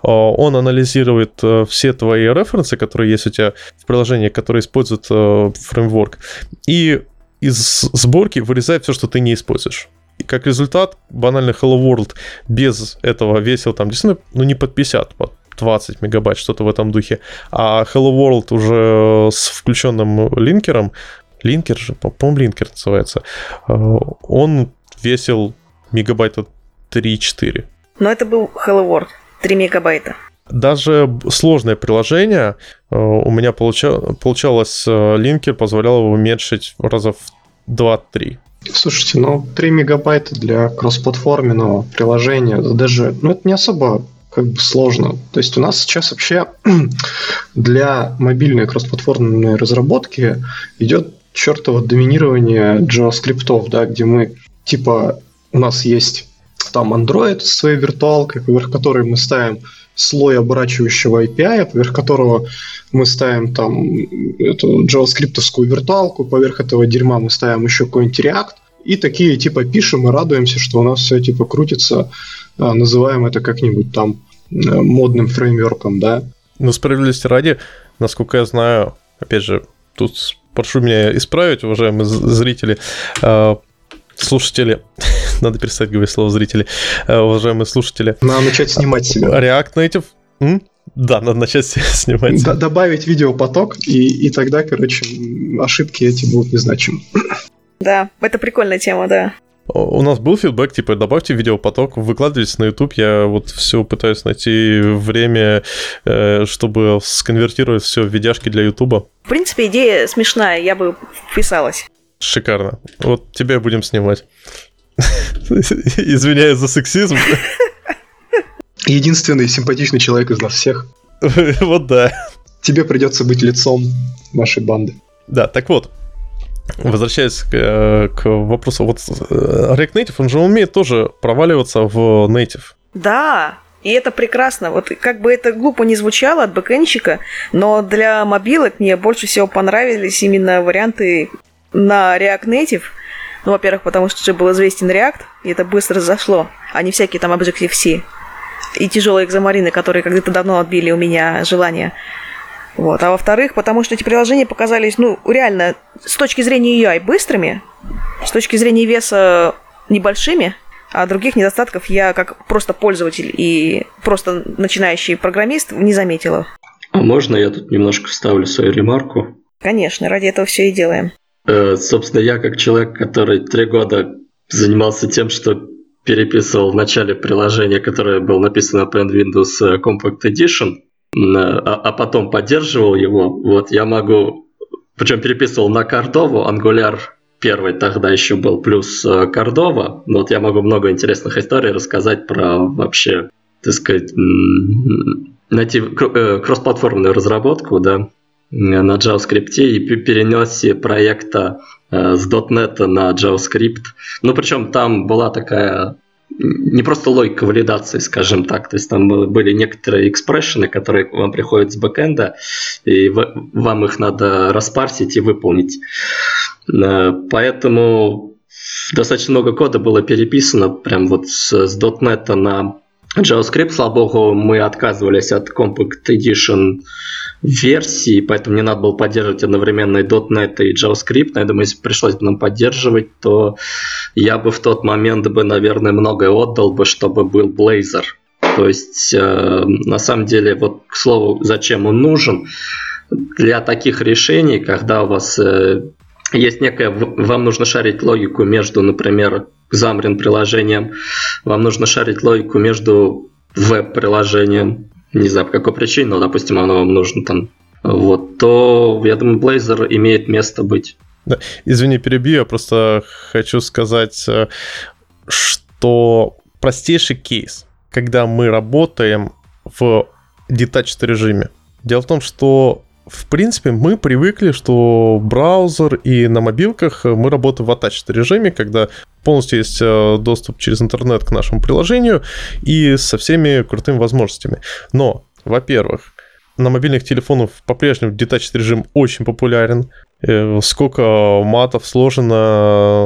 Он анализирует все твои референсы, которые есть у тебя в приложении, которые используют фреймворк, и из сборки вырезает все, что ты не используешь. И как результат, банальный Hello World без этого весил там действительно, ну, не под пятьдесят, под двадцать мегабайт, что-то в этом духе. А Hello World уже с включенным линкером, линкер же, по-моему, линкер называется, он весил мегабайта три-четыре. Но это был Hello World, три мегабайта. Даже сложное приложение у меня получалось, получалось линкер позволял его уменьшить раза в два-три. Слушайте, ну три мегабайта для кроссплатформенного приложения, даже, ну это не особо как бы сложно. То есть у нас сейчас вообще для мобильной кроссплатформенной разработки идет чертово доминирование JavaScript, да, где мы типа у нас есть там Android с своей виртуалкой, поверх которой мы ставим слой оборачивающего эй пи ай, поверх которого мы ставим там эту JavaScript-овскую виртуалку, поверх этого дерьма мы ставим еще какой-нибудь React, и такие типа пишем и радуемся, что у нас все типа крутится, называем это как-нибудь там модным фреймворком, да. Ну, справедливости ради, насколько я знаю, опять же, тут прошу меня исправить, уважаемые зрители, слушатели, надо перестать говорить слово зрители, уважаемые слушатели. Надо начать снимать себя. React Native, м? Да, надо начать снимать. Д- добавить видеопоток, и, и тогда, короче, ошибки эти будут незначимы. Да, это прикольная тема, да. У нас был фидбэк, типа, добавьте видеопоток, выкладывайте на YouTube. Я вот все пытаюсь найти время, чтобы сконвертировать все в видяшки для YouTube. В принципе, идея смешная, я бы вписалась. Шикарно. Вот тебя будем снимать. Извиняюсь за сексизм. Единственный симпатичный человек из нас всех. Вот да. Тебе придется быть лицом нашей банды. Да, так вот. Возвращаясь к, к вопросу, вот React Native, он же умеет тоже проваливаться в Native. Да, И это прекрасно. Вот как бы это глупо не звучало от бэкэндщика, но для мобилок мне больше всего понравились именно варианты на React Native. Ну, во-первых, потому что уже был известен React, и это быстро зашло, а не всякие там Objective-C и тяжелые экзомарины, которые когда-то давно отбили у меня желание. Вот. А во-вторых, потому что эти приложения показались, ну, реально, с точки зрения ю ай быстрыми, с точки зрения веса небольшими, а других недостатков я, как просто пользователь и просто начинающий программист, не заметила. А можно я тут немножко вставлю свою ремарку? Конечно, ради этого все и делаем. Э, собственно, я как человек, который три года занимался тем, что переписывал в начале приложение, которое было написано по Windows Compact Edition, а, а потом поддерживал его, вот я могу, причем переписывал на Cordova, Angular первый тогда еще был, плюс Cordova, но вот я могу много интересных историй рассказать про вообще, так сказать, найти кроссплатформенную разработку, да, на JavaScript и перенесе проекта с .дот нет на JavaScript. Ну, причем там была такая не просто логика валидации, скажем так, то есть там были некоторые экспрессионы, которые вам приходят с бэкэнда, и вам их надо распарсить и выполнить. Поэтому достаточно много кода было переписано прям вот с .дот нет на JavaScript. Слава богу, мы отказывались от Compact Edition версии, поэтому не надо было поддерживать одновременно и .дот нет и JavaScript. Но я думаю, если пришлось бы нам поддерживать, то я бы в тот момент бы, наверное, многое отдал бы, чтобы был Blazor. То есть, э, на самом деле, вот к слову, зачем он нужен? Для таких решений, когда у вас э, есть некая... Вам нужно шарить логику между, например, Xamarin приложением, вам нужно шарить логику между веб-приложением, не знаю, по какой причине, но, допустим, оно вам нужно там, вот, то, я думаю, Blazor имеет место быть. Да. Извини, перебью, я просто хочу сказать, что простейший кейс, когда мы работаем в detached режиме. Дело в том, что в принципе, мы привыкли, что браузер и на мобилках мы работаем в attached режиме, когда полностью есть доступ через интернет к нашему приложению и со всеми крутыми возможностями. Но, во-первых, на мобильных телефонах по-прежнему detached режим очень популярен. Сколько матов сложено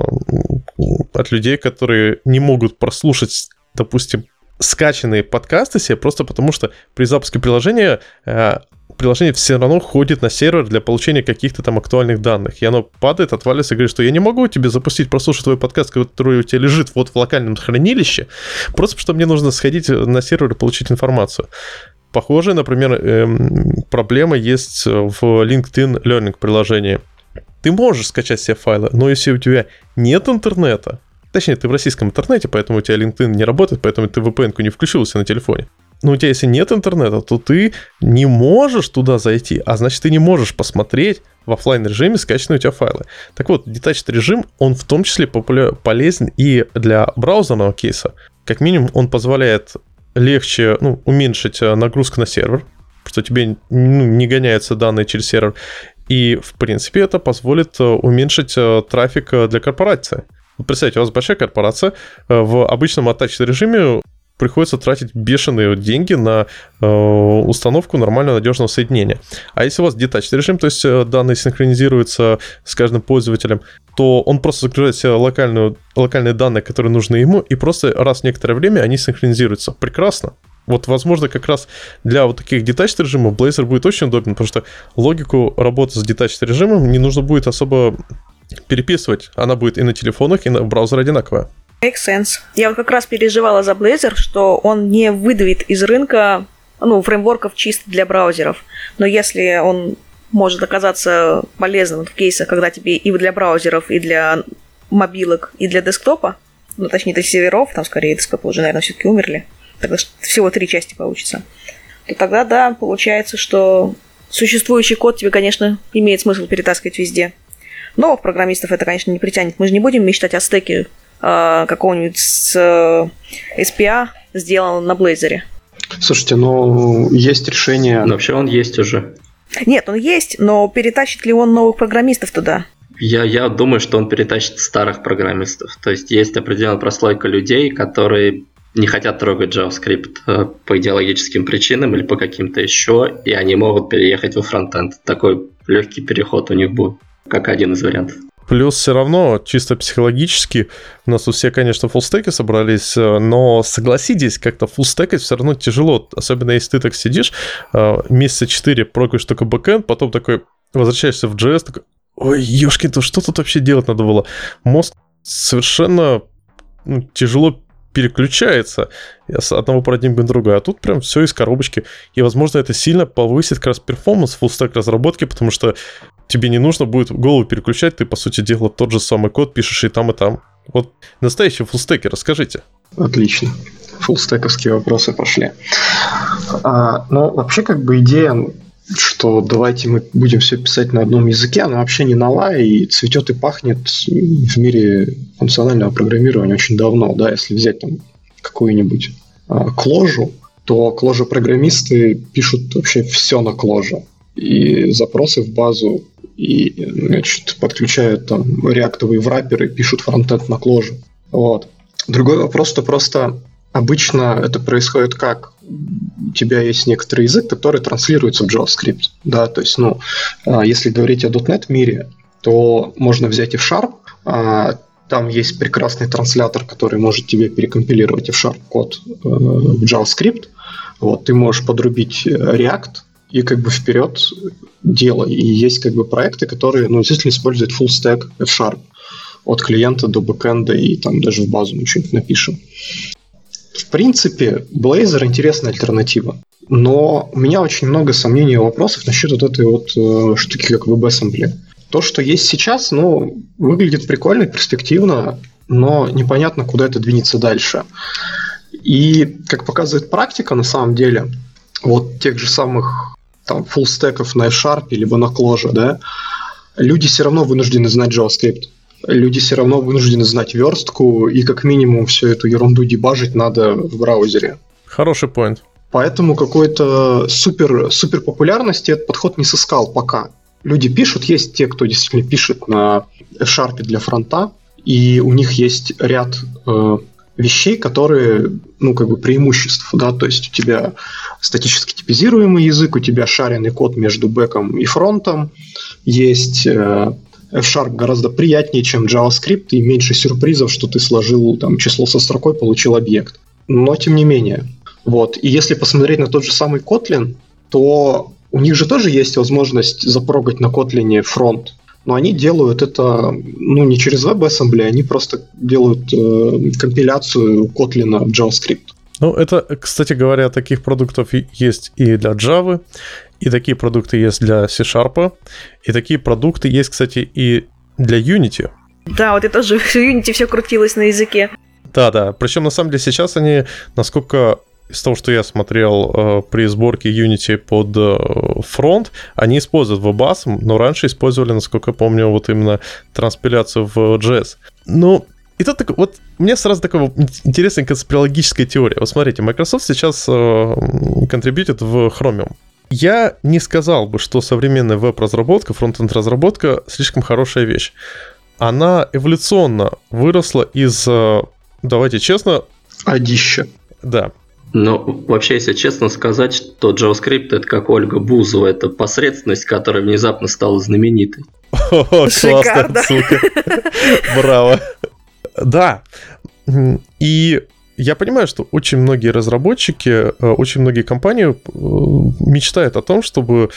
от людей, которые не могут прослушать, допустим, скачанные подкасты себе просто потому, что при запуске приложения приложение все равно ходит на сервер для получения каких-то там актуальных данных. И оно падает, отваливается и говорит, что я не могу тебе запустить, прослушать твой подкаст, который у тебя лежит вот в локальном хранилище, просто потому что мне нужно сходить на сервер и получить информацию. Похожая, например, эм, проблема есть в LinkedIn Learning приложении. Ты можешь скачать себе файлы, но если у тебя нет интернета, точнее, ты в российском интернете, поэтому у тебя LinkedIn не работает, поэтому ты ви пи эн-ку не включился на телефоне. Но у тебя, если нет интернета, то ты не можешь туда зайти, а значит, ты не можешь посмотреть в офлайн режиме скачанные у тебя файлы. Так вот, detached режим, он в том числе популя- полезен и для браузерного кейса. Как минимум, он позволяет легче, ну, уменьшить нагрузку на сервер, что тебе ну, не гоняются данные через сервер. И, в принципе, это позволит уменьшить трафик для корпорации. Вот представьте, у вас большая корпорация, в обычном attached режиме приходится тратить бешеные деньги на э, установку нормального надежного соединения. А если у вас detached режим, то есть данные синхронизируются с каждым пользователем, то он просто загружает себе локальную, локальные данные, которые нужны ему, и просто раз в некоторое время они синхронизируются. Прекрасно. Вот, возможно, как раз для вот таких detached режимов Blazor будет очень удобен, потому что логику работы с detached режимом не нужно будет особо переписывать. Она будет и на телефонах, и на браузере одинаковая. Makes sense. Я вот как раз переживала за Blazor, что он не выдавит из рынка, ну, фреймворков чисто для браузеров. Но если он может оказаться полезным в кейсах, когда тебе и для браузеров, и для мобилок, и для десктопа, ну, точнее, для серверов, там скорее десктопы уже, наверное, все-таки умерли, тогда всего три части получится, то тогда, да, получается, что существующий код тебе, конечно, имеет смысл перетаскивать везде. Новых программистов это, конечно, не притянет. Мы же не будем мечтать о стеке какого-нибудь с эс пи эй сделан на Blazor. Слушайте, ну есть решение... Но вообще он есть уже. Нет, он есть, но перетащит ли он новых программистов туда? Я, я думаю, что он перетащит старых программистов. То есть есть определенная прослойка людей, которые не хотят трогать JavaScript по идеологическим причинам или по каким-то еще, и они могут переехать во фронтенд. Такой легкий переход у них будет, как один из вариантов. Плюс все равно, чисто психологически, у нас у всех, конечно, фуллстеки собрались, но согласитесь, как-то фуллстекать все равно тяжело, особенно если ты так сидишь, месяца четыре прогаешь только бэкэнд, потом такой возвращаешься в джей эс, такой, ой, ёшкин, то что тут вообще делать надо было? Мозг совершенно ну, тяжело переключается с одного парадигмы на другую, а тут прям все из коробочки. И, возможно, это сильно повысит как раз перформанс фуллстек разработки, потому что тебе не нужно будет голову переключать, ты, по сути дела, тот же самый код пишешь и там, и там. Вот настоящие фуллстеки, расскажите. Отлично. Фуллстековские вопросы пошли. А, ну, вообще, как бы идея, что давайте мы будем все писать на одном языке, она вообще не нова и цветет и пахнет в мире функционального программирования очень давно, да, если взять там какую-нибудь а, кложу, то кложа-программисты пишут вообще все на кложе. И запросы в базу, и, значит, подключают там реактовые врапперы, пишут фронтенд на кложе. Вот. Другой вопрос, что просто обычно это происходит как? У тебя есть некоторый язык, который транслируется в JavaScript. Да, то есть, ну, если говорить о .дот нет мире, то можно взять F-Sharp, там есть прекрасный транслятор, который может тебе перекомпилировать F-Sharp код в JavaScript. Вот, ты можешь подрубить React, и как бы вперед делай. И есть как бы проекты, которые, ну, естественно, используют full stack F-Sharp от клиента до бэкэнда, и там даже в базу мы что-нибудь напишем. В принципе, Blazor интересная альтернатива. Но у меня очень много сомнений и вопросов насчет вот этой вот э, штуки, как WebAssembly. То, что есть сейчас, ну, выглядит прикольно, перспективно, но непонятно, куда это двинется дальше. И, как показывает практика, на самом деле, вот тех же самых там фуллстеков на F-Sharp либо на Clojure, да, люди все равно вынуждены знать JavaScript. Люди все равно вынуждены знать верстку, и как минимум всю эту ерунду дебажить надо в браузере. Хороший поинт. Поэтому какой-то супер, супер популярности этот подход не сыскал пока. Люди пишут, есть те, кто действительно пишет на F-Sharp для фронта, и у них есть ряд э, вещей, которые, ну, как бы преимуществ, да, то есть у тебя статически типизируемый язык, у тебя шаренный код между бэком и фронтом, есть э, F-Sharp гораздо приятнее, чем JavaScript, и меньше сюрпризов, что ты сложил там число со строкой, получил объект. Но тем не менее. Вот. И если посмотреть на тот же самый Kotlin, то у них же тоже есть возможность запрогать на Kotlin фронт. Но они делают это, ну, не через WebAssembly, они просто делают э, компиляцию Kotlin в JavaScript. Ну, это, кстати говоря, таких продуктов есть и для Java, и такие продукты есть для C-Sharp, и такие продукты есть, кстати, и для Unity. Да, вот это же в Unity все крутилось на языке. Да-да, причем на самом деле сейчас они, насколько из того, что я смотрел э, при сборке Unity под э, фронт, они используют WebAssembly, но раньше использовали, насколько я помню, вот именно транспиляцию в джей эс. Ну, и тут так, вот у меня сразу такая интересная конспирологическая теория. Вот смотрите, Microsoft сейчас э, контрибьютит в Chromium. Я не сказал бы, что современная веб-разработка, фронт-энд-разработка слишком хорошая вещь. Она эволюционно выросла из, э, давайте честно... Одища. Да. Ну, вообще, если честно сказать, что JavaScript — это как Ольга Бузова, это посредственность, которая внезапно стала знаменитой. О, классная ссылка. Браво. Да. И я понимаю, что очень многие разработчики, очень многие компании мечтают о том, чтобы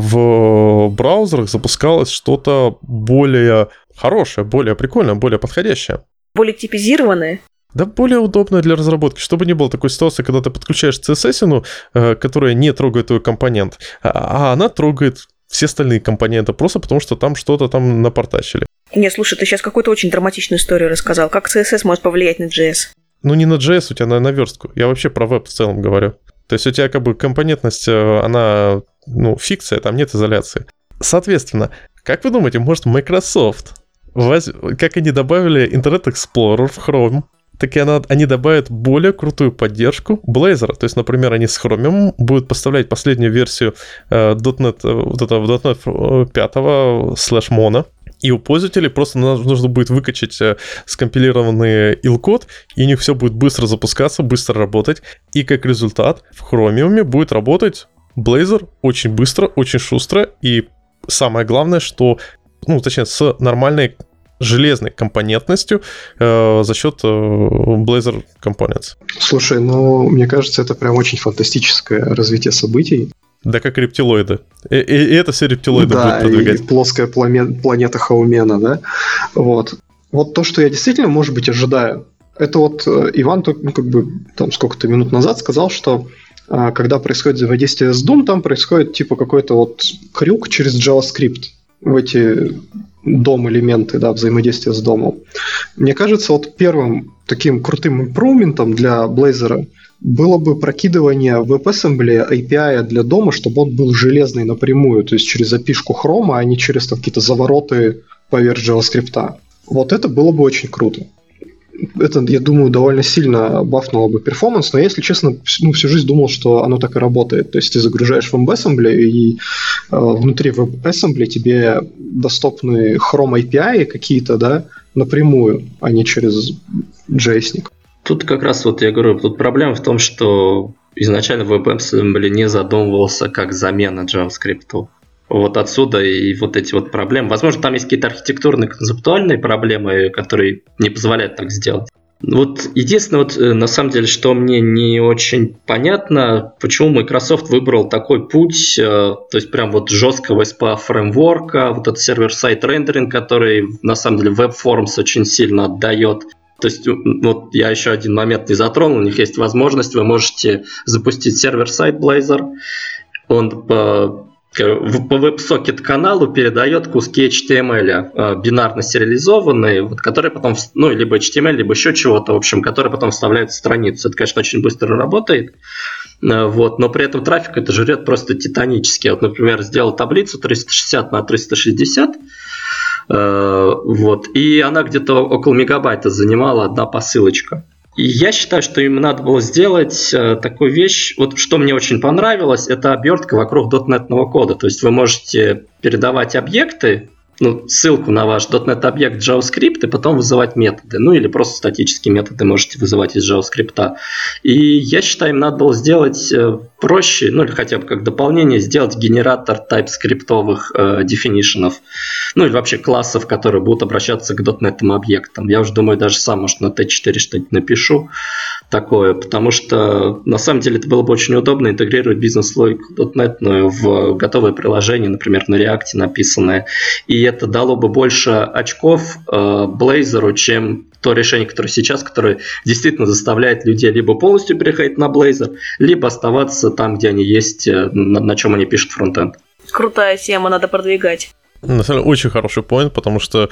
в браузерах запускалось что-то более хорошее, более прикольное, более подходящее. Более типизированное. Да, более удобно для разработки, чтобы не было такой ситуации, когда ты подключаешь си эс эс-ину, которая не трогает твой компонент, а она трогает все остальные компоненты, просто потому что там что-то там напортачили. Не, слушай, ты сейчас какую-то очень драматичную историю рассказал. Как си эс эс может повлиять на джей эс? Ну, не на джей эс, у тебя на, на верстку. Я вообще про веб в целом говорю. То есть у тебя как бы компонентность, она, ну, фикция, там нет изоляции. Соответственно, как вы думаете, может Microsoft, воз... как они добавили Internet Explorer в Chrome, так и она, они добавят более крутую поддержку Blazor. То есть, например, они с Chromium будут поставлять последнюю версию э, .дот нет, вот этого .дот нет пять слэш Mono, и у пользователей просто нужно будет выкачать скомпилированный ил-код, и у них все будет быстро запускаться, быстро работать, и как результат в Chromium будет работать Blazor очень быстро, очень шустро, и самое главное, что, ну, точнее, с нормальной железной компонентностью э, за счет э, Blazor Components. Слушай, ну, мне кажется, это прям очень фантастическое развитие событий. Да, как рептилоиды. И, и, и это все рептилоиды да, будут продвигать. И плоская планета, планета Хаумена, да? Вот. Вот то, что я действительно, может быть, ожидаю, это вот Иван, ну, как бы, там, сколько-то минут назад сказал, что а, когда происходит взаимодействие с Doom, там происходит, типа, какой-то вот крюк через JavaScript в эти дом-элементы, да, взаимодействия с домом. Мне кажется, вот первым таким крутым импрувментом для Blazor было бы прокидывание в WebAssembly эй пи ай для дома, чтобы он был железный напрямую, то есть через эй пи ай-шку Chrome, а не через там, какие-то завороты поверх JavaScript. Вот это было бы очень круто. Это, я думаю, довольно сильно бафнуло бы перформанс, но я, если честно, ну, всю жизнь думал, что оно так и работает. То есть ты загружаешь в WebAssembly, и э, внутри WebAssembly тебе доступны Chrome эй пи ай какие-то, да, напрямую, а не через джейсник. Тут как раз вот я говорю, тут проблема в том, что изначально WebAssembly не задумывался как замена JavaScript. Вот отсюда и вот эти вот проблемы. Возможно, там есть какие-то архитектурные, концептуальные проблемы, которые не позволяют так сделать. Вот единственное, вот, на самом деле, что мне не очень понятно, почему Microsoft выбрал такой путь, то есть прям вот жесткого эс пи эй фреймворка, вот этот сервер-сайд рендеринг, который на самом деле WebForms очень сильно отдает. То есть вот я еще один момент не затронул, у них есть возможность, вы можете запустить сервер-сайт Blazor, он по по WebSocket каналу передает куски эйч ти эм эл бинарно сериализованные, вот, которые потом, ну, либо эйч ти эм эл, либо еще чего-то, в общем, которые потом вставляют в страницу. Это, конечно, очень быстро работает, вот, но при этом трафик это жрет просто титанически. Вот, например, сделал таблицу триста шестьдесят на триста шестьдесят, вот, и она где-то около мегабайта занимала одна посылочка. И я считаю, что им надо было сделать э, такую вещь, вот что мне очень понравилось, это обертка вокруг дотнетного кода. То есть вы можете передавать объекты, ну, ссылку на ваш .NET-объект JavaScript и потом вызывать методы. Ну, или просто статические методы можете вызывать из JavaScript. И я считаю, им надо было сделать э, проще, ну, или хотя бы как дополнение, сделать генератор TypeScript-овых э, definition'ов, ну, или вообще классов, которые будут обращаться к .NET-объектам. Я уже думаю, даже сам, может, на ти четыре что-нибудь напишу такое, потому что, на самом деле, это было бы очень удобно интегрировать бизнес-логику .NET в готовое приложение, например, на React написанное. И это дало бы больше очков э, Blazor, чем то решение, которое сейчас, которое действительно заставляет людей либо полностью переходить на Blazor, либо оставаться там, где они есть, на, на чем они пишут фронтенд. Крутая тема, надо продвигать. На самом деле, очень хороший поинт, потому что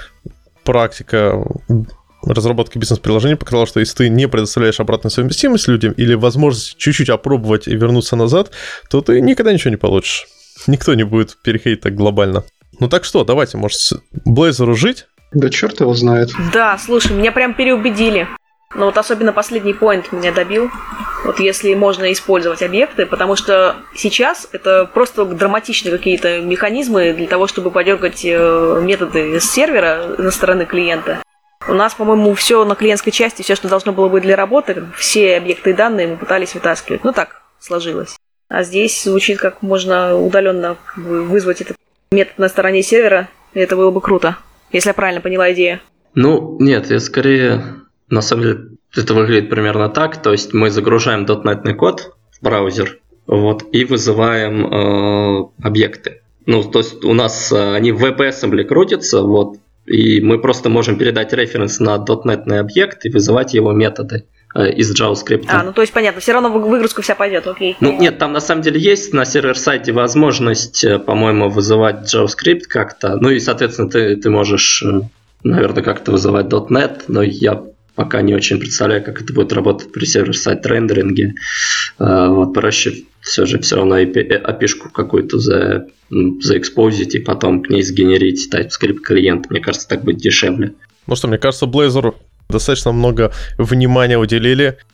практика разработки бизнес-приложений показала, что если ты не предоставляешь обратную совместимость людям или возможность чуть-чуть опробовать и вернуться назад, то ты никогда ничего не получишь. Никто не будет переходить так глобально. Ну так что, давайте, может, Blazor жить? Да черт его знает. Да, слушай, меня прям переубедили. Но вот особенно последний поинт меня добил. Вот если можно использовать объекты, потому что сейчас это просто драматичные какие-то механизмы для того, чтобы подергать методы с сервера на стороны клиента. У нас, по-моему, все на клиентской части, все, что должно было быть для работы, все объекты и данные мы пытались вытаскивать. Ну так сложилось. А здесь звучит, как можно удаленно вызвать этот метод на стороне сервера, и это было бы круто, если я правильно поняла идею. Ну, нет, я скорее, на самом деле, это выглядит примерно так, то есть мы загружаем дотнетный код в браузер, вот, и вызываем э, объекты. Ну, то есть у нас э, они в WebAssembly крутятся, вот, и мы просто можем передать референс на дотнетный объект и вызывать его методы из JavaScript. А, ну то есть понятно, все равно выгрузка вся пойдет, окей. Ну нет, там на самом деле есть на сервер-сайте возможность, по-моему, вызывать JavaScript как-то. Ну и, соответственно, ты, ты можешь, наверное, как-то вызывать .NET, но я пока не очень представляю, как это будет работать при сервер-сайт рендеринге. Вот проще все же все равно эй пи ай-шку какую-то за, заэкспозить и потом к ней сгенерить TypeScript клиент. Мне кажется, так будет дешевле. Ну что, мне кажется, Blazor достаточно много внимания уделили,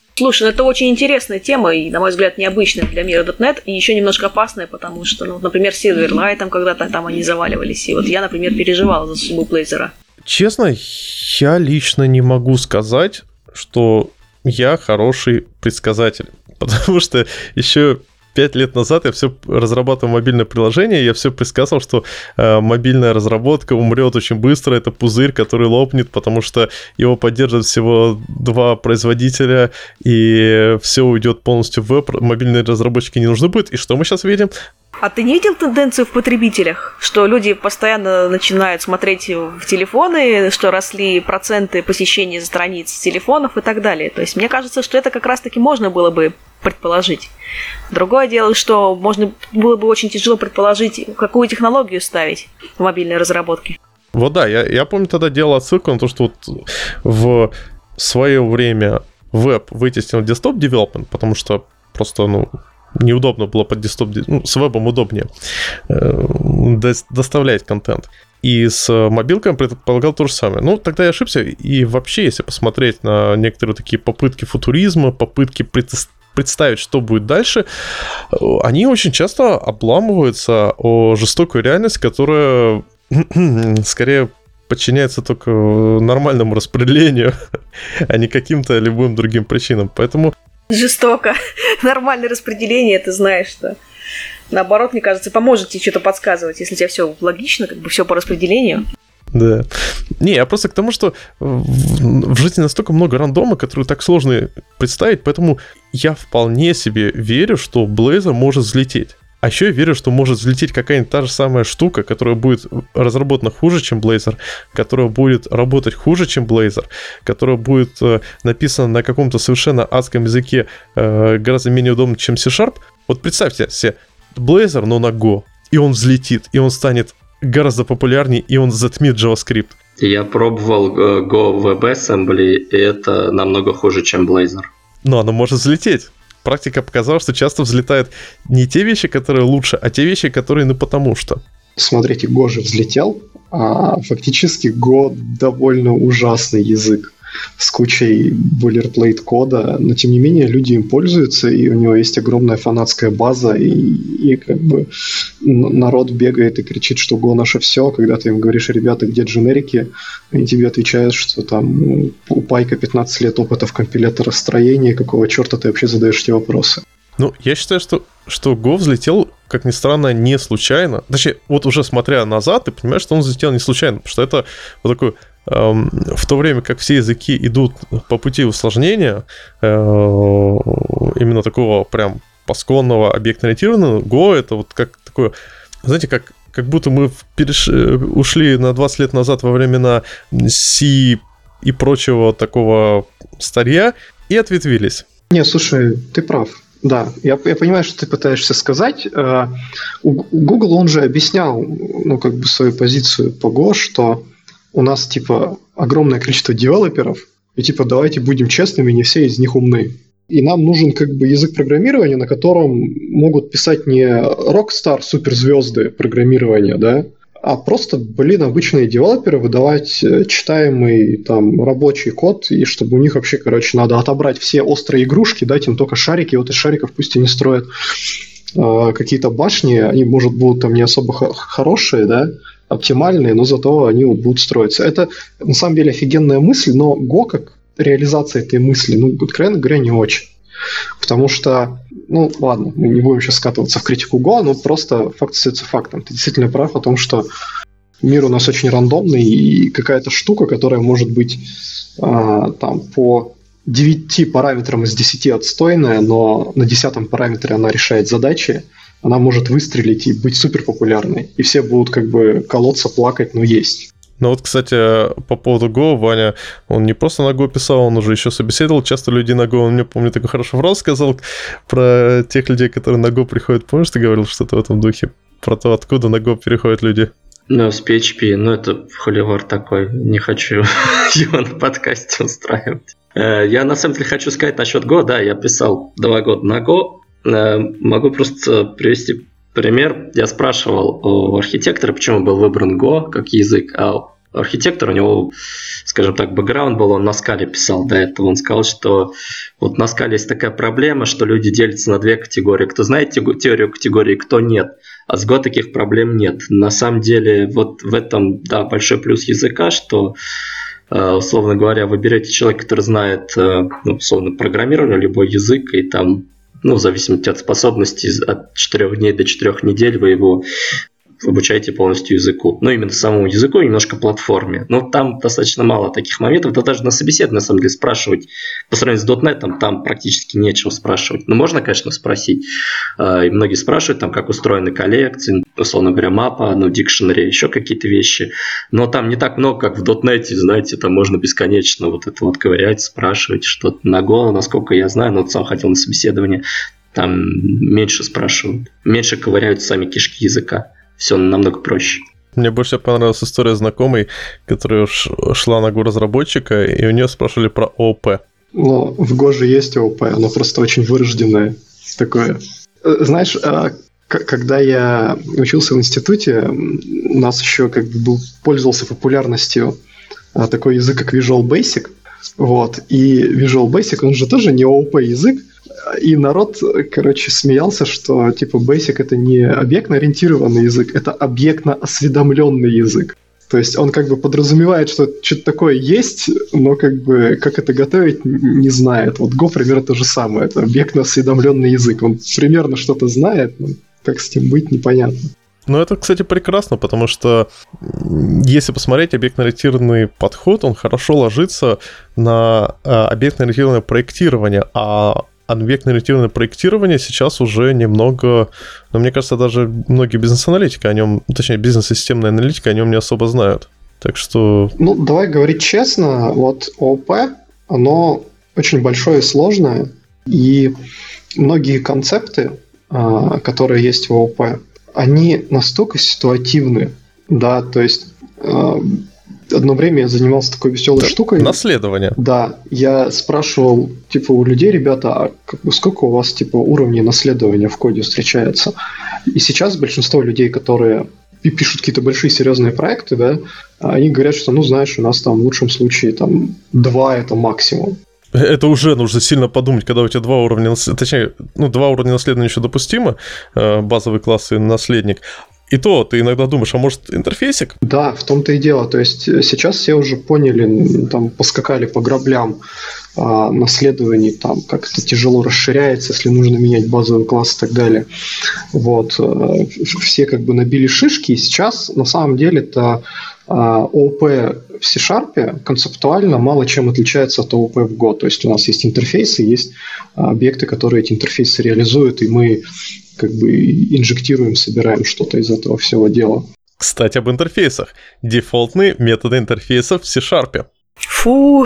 Слушай, ну это очень интересная тема и, на мой взгляд, необычная для мира .дот нет и еще немножко опасная, потому что, ну, например, Silverlight там когда-то там они заваливались, и вот я, например, переживал за судьбу Blazor. Честно, я лично не могу сказать, что я хороший предсказатель, потому что еще пять лет назад я все разрабатывал мобильное приложение, я все предсказывал, что э, мобильная разработка умрет очень быстро, это пузырь, который лопнет, потому что его поддерживают всего два производителя, и все уйдет полностью в веб, мобильные разработчики не нужны будут. И что мы сейчас видим? А ты не видел тенденцию в потребителях, что люди постоянно начинают смотреть в телефоны, что росли проценты посещения страниц телефонов и так далее? То есть мне кажется, что это как раз-таки можно было бы предположить. Другое дело, что можно было бы очень тяжело предположить, какую технологию ставить в мобильной разработке. Вот да, я, я помню, тогда делал отсылку на то, что вот в свое время веб вытеснил desktop development, потому что просто, ну, неудобно было под десктоп, ну, с вебом удобнее э, доставлять контент. И с мобилками предполагал то же самое. Ну, тогда я ошибся. И вообще, если посмотреть на некоторые такие попытки футуризма, попытки предоставить представить, что будет дальше, они очень часто обламываются о жестокую реальность, которая скорее подчиняется только нормальному распределению, а не каким-то любым другим причинам. Поэтому... Жестоко. Нормальное распределение, ты знаешь, что... Наоборот, мне кажется, поможет тебе что-то подсказывать, если у тебя все логично, как бы все по распределению. Да. Не, я просто к тому, что в жизни настолько много рандома, которые так сложно представить, поэтому я вполне себе верю, что Blazor может взлететь. А еще я верю, что может взлететь какая-нибудь та же самая штука, которая будет разработана хуже, чем Blazor, которая будет работать хуже, чем Blazor, которая будет э, написана на каком-то совершенно адском языке, э, гораздо менее удобно, чем C-Sharp. Вот представьте себе Blazor, но на Go, и он взлетит, и он станет гораздо популярнее, и он затмит JavaScript. Я пробовал Go WebAssembly, и это намного хуже, чем Blazor. Но оно может взлететь. Практика показала, что часто взлетают не те вещи, которые лучше, а те вещи, которые ну потому что. Смотрите, Go же взлетел, а фактически Go довольно ужасный язык с кучей boilerplate кода, но тем не менее люди им пользуются, и у него есть огромная фанатская база, и, и как бы народ бегает и кричит, что Go наше все. Когда ты им говоришь: ребята, где дженерики, они тебе отвечают, что там у Пайка пятнадцать лет опыта в компиляторостроении, какого черта ты вообще задаешь эти вопросы? Ну, я считаю, что, что Go взлетел, как ни странно, не случайно. Точнее, вот уже смотря назад, ты понимаешь, что он взлетел не случайно, потому что это вот такой... В то время как все языки идут по пути усложнения, именно такого прям пасконного объектно-ориентированного, Go это вот как такое, знаете, как, как будто мы переш... ушли на двадцать лет назад во времена C и прочего такого старья и ответвились. Не, слушай, ты прав. Да, я, я понимаю, что ты пытаешься сказать. У Google он же объяснял, ну, как бы свою позицию по Go, что у нас, типа, огромное количество девелоперов, и, типа, давайте будем честными, не все из них умны. И нам нужен, как бы, язык программирования, на котором могут писать не рок-стар суперзвезды программирования, да, а просто, блин, обычные девелоперы выдавать читаемый, там, рабочий код, и чтобы у них вообще, короче, надо отобрать все острые игрушки, дать им только шарики, вот из шариков пусть они строят э, какие-то башни, они, может, будут там не особо х- хорошие, да, оптимальные, но зато они будут строиться. Это, на самом деле, офигенная мысль, но Go, как реализация этой мысли, ну, откровенно говоря, не очень. Потому что, ну, ладно, мы не будем сейчас скатываться в критику Go, но просто факт остается фактом. Ты действительно прав о том, что мир у нас очень рандомный, и какая-то штука, которая может быть а, там по девяти параметрам из десяти отстойная, но на десятом параметре она решает задачи, она может выстрелить и быть супер популярной. И все будут как бы колоться, плакать, но есть. Ну вот, кстати, по поводу Go, Ваня, он не просто на Go писал, он уже еще собеседовал часто людей на Go. Он мне, помню, такой хороший фраз сказал про тех людей, которые на Go приходят. Помнишь, ты говорил что-то в этом духе? Про то, откуда на Go переходят люди? Ну, с пи эйч пи, ну это холивар такой, не хочу его на подкасте устраивать. Я на самом деле хочу сказать насчет Go, да, я писал два года на Go. Могу просто привести пример. Я спрашивал у архитектора, почему был выбран Go как язык, а архитектор, у него, скажем так, бэкграунд был, он на скале писал до этого. Он сказал, что вот на скале есть такая проблема, что люди делятся на две категории. Кто знает теорию категории, кто нет. А с Go таких проблем нет. На самом деле, вот в этом, да, большой плюс языка, что, условно говоря, вы берете человека, который знает, ну, условно, программирование, любой язык, и там, ну, в зависимости от способностей, от четырех дней до четырех недель вы его обучаете полностью языку. Ну, именно самому языку, немножко платформе. Но там достаточно мало таких моментов. Да даже на собеседовании, на самом деле, спрашивать по сравнению с .дот нет, там практически нечего спрашивать. Ну, можно, конечно, спросить. И многие спрашивают, там, как устроены коллекции, условно говоря, мапа, ну, дикшенери, еще какие-то вещи. Но там не так много, как в .дот нет, знаете, там можно бесконечно вот это вот ковырять, спрашивать что-то на Go, насколько я знаю, но вот сам ходил на собеседование, там меньше спрашивают, меньше ковыряют сами кишки языка. Все намного проще. Мне больше понравилась история знакомой, которая шла на Go разработчика, и у нее спрашивали про ООП. Ну, в Go же есть ООП, оно просто очень вырожденное такое. Знаешь, когда я учился в институте, у нас еще как бы был, пользовался популярностью такой язык, как Visual Basic. Вот. И Visual Basic, он же тоже не ООП язык. И народ, короче, смеялся, что типа Basic это не объектно-ориентированный язык, это объектно-осведомленный язык. То есть он как бы подразумевает, что что-то такое есть, но как бы как это готовить не знает. Вот Go примерно то же самое, это объектно-осведомленный язык. Он примерно что-то знает, но как с ним быть, непонятно. Ну, это, кстати, прекрасно, потому что если посмотреть объектно-ориентированный подход, он хорошо ложится на объектно-ориентированное проектирование, а объектно-ориентированное проектирование сейчас уже немного, ну, мне кажется, даже многие бизнес-аналитики о нем, точнее, бизнес-системная аналитика о нем не особо знают. Так что... Ну, давай говорить честно, вот ООП, оно очень большое и сложное, и многие концепты, которые есть в ООП, они настолько ситуативны, да, то есть одно время я занимался такой веселой да, штукой. Наследование. Да, я спрашивал, типа, у людей, ребята, а как бы сколько у вас, типа, уровней наследования в коде встречается? И сейчас большинство людей, которые пишут какие-то большие серьезные проекты, да, они говорят, что, ну, знаешь, у нас там в лучшем случае там два это максимум. Это уже нужно сильно подумать, когда у тебя два уровня, точнее, ну, два уровня наследования еще допустимо, базовый класс и наследник. И то ты иногда думаешь, а может интерфейсик? Да, в том-то и дело. То есть сейчас все уже поняли, там поскакали по граблям а, наследований, там как это тяжело расширяется, если нужно менять базовый класс и так далее. Вот. Все как бы набили шишки, и сейчас на самом деле это ООП в C-Sharp концептуально мало чем отличается от ООП в Go. То есть у нас есть интерфейсы, есть объекты, которые эти интерфейсы реализуют, и мы как бы инжектируем, собираем что-то из этого всего дела. Кстати, об интерфейсах. Дефолтные методы интерфейсов в C-Sharp. Фу.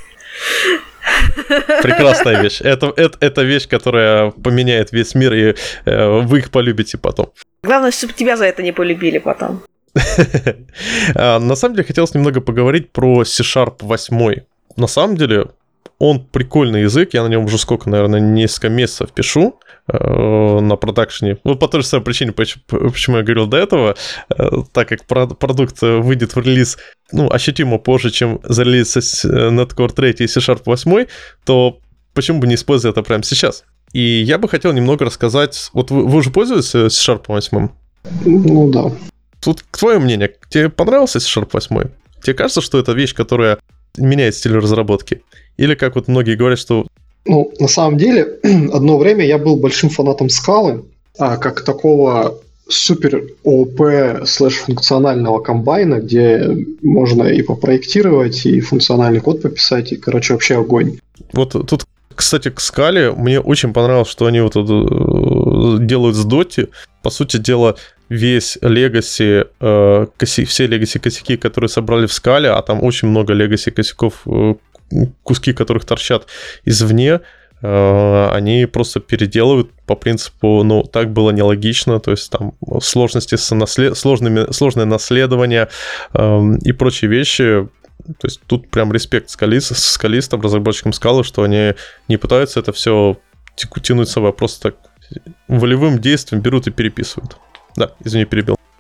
Прекрасная вещь. Это, это, это вещь, которая поменяет весь мир, и э, вы их полюбите потом. Главное, чтобы тебя за это не полюбили потом. На самом деле, хотелось немного поговорить про C-Sharp восемь. На самом деле, он прикольный язык, я на нем уже сколько, наверное, несколько месяцев пишу э, на продакшене. Ну, по той же самой причине, почему я говорил до этого, э, так как продукт выйдет в релиз, ну, ощутимо позже, чем зарелизится .дот Core три и C-Sharp восемь, то почему бы не использовать это прямо сейчас? И я бы хотел немного рассказать... Вот вы, вы уже пользуетесь C-Sharp восемь? Ну, да. Тут твое мнение, тебе понравился C-Sharp восемь? Тебе кажется, что это вещь, которая меняет стиль разработки? Или, как вот многие говорят, что... Ну, на самом деле, одно время я был большим фанатом скалы, а как такого супер ООП слэш функционального комбайна, где можно и попроектировать, и функциональный код пописать, и, короче, вообще огонь. Вот тут, кстати, к скале мне очень понравилось, что они вот это делают с Доти. По сути дела, весь legacy, э, коси, все legacy косяки, которые собрали в скале, а там очень много legacy косяков, э, куски которых торчат извне, э, они просто переделывают по принципу, ну, так было нелогично, то есть там сложности с наслед... сложными... сложное наследование э, и прочие вещи. То есть тут прям респект скалист, скалистам, разработчикам скалы, что они не пытаются это все тянуть с собой, а просто так волевым действием берут и переписывают. Да, извини, перебил.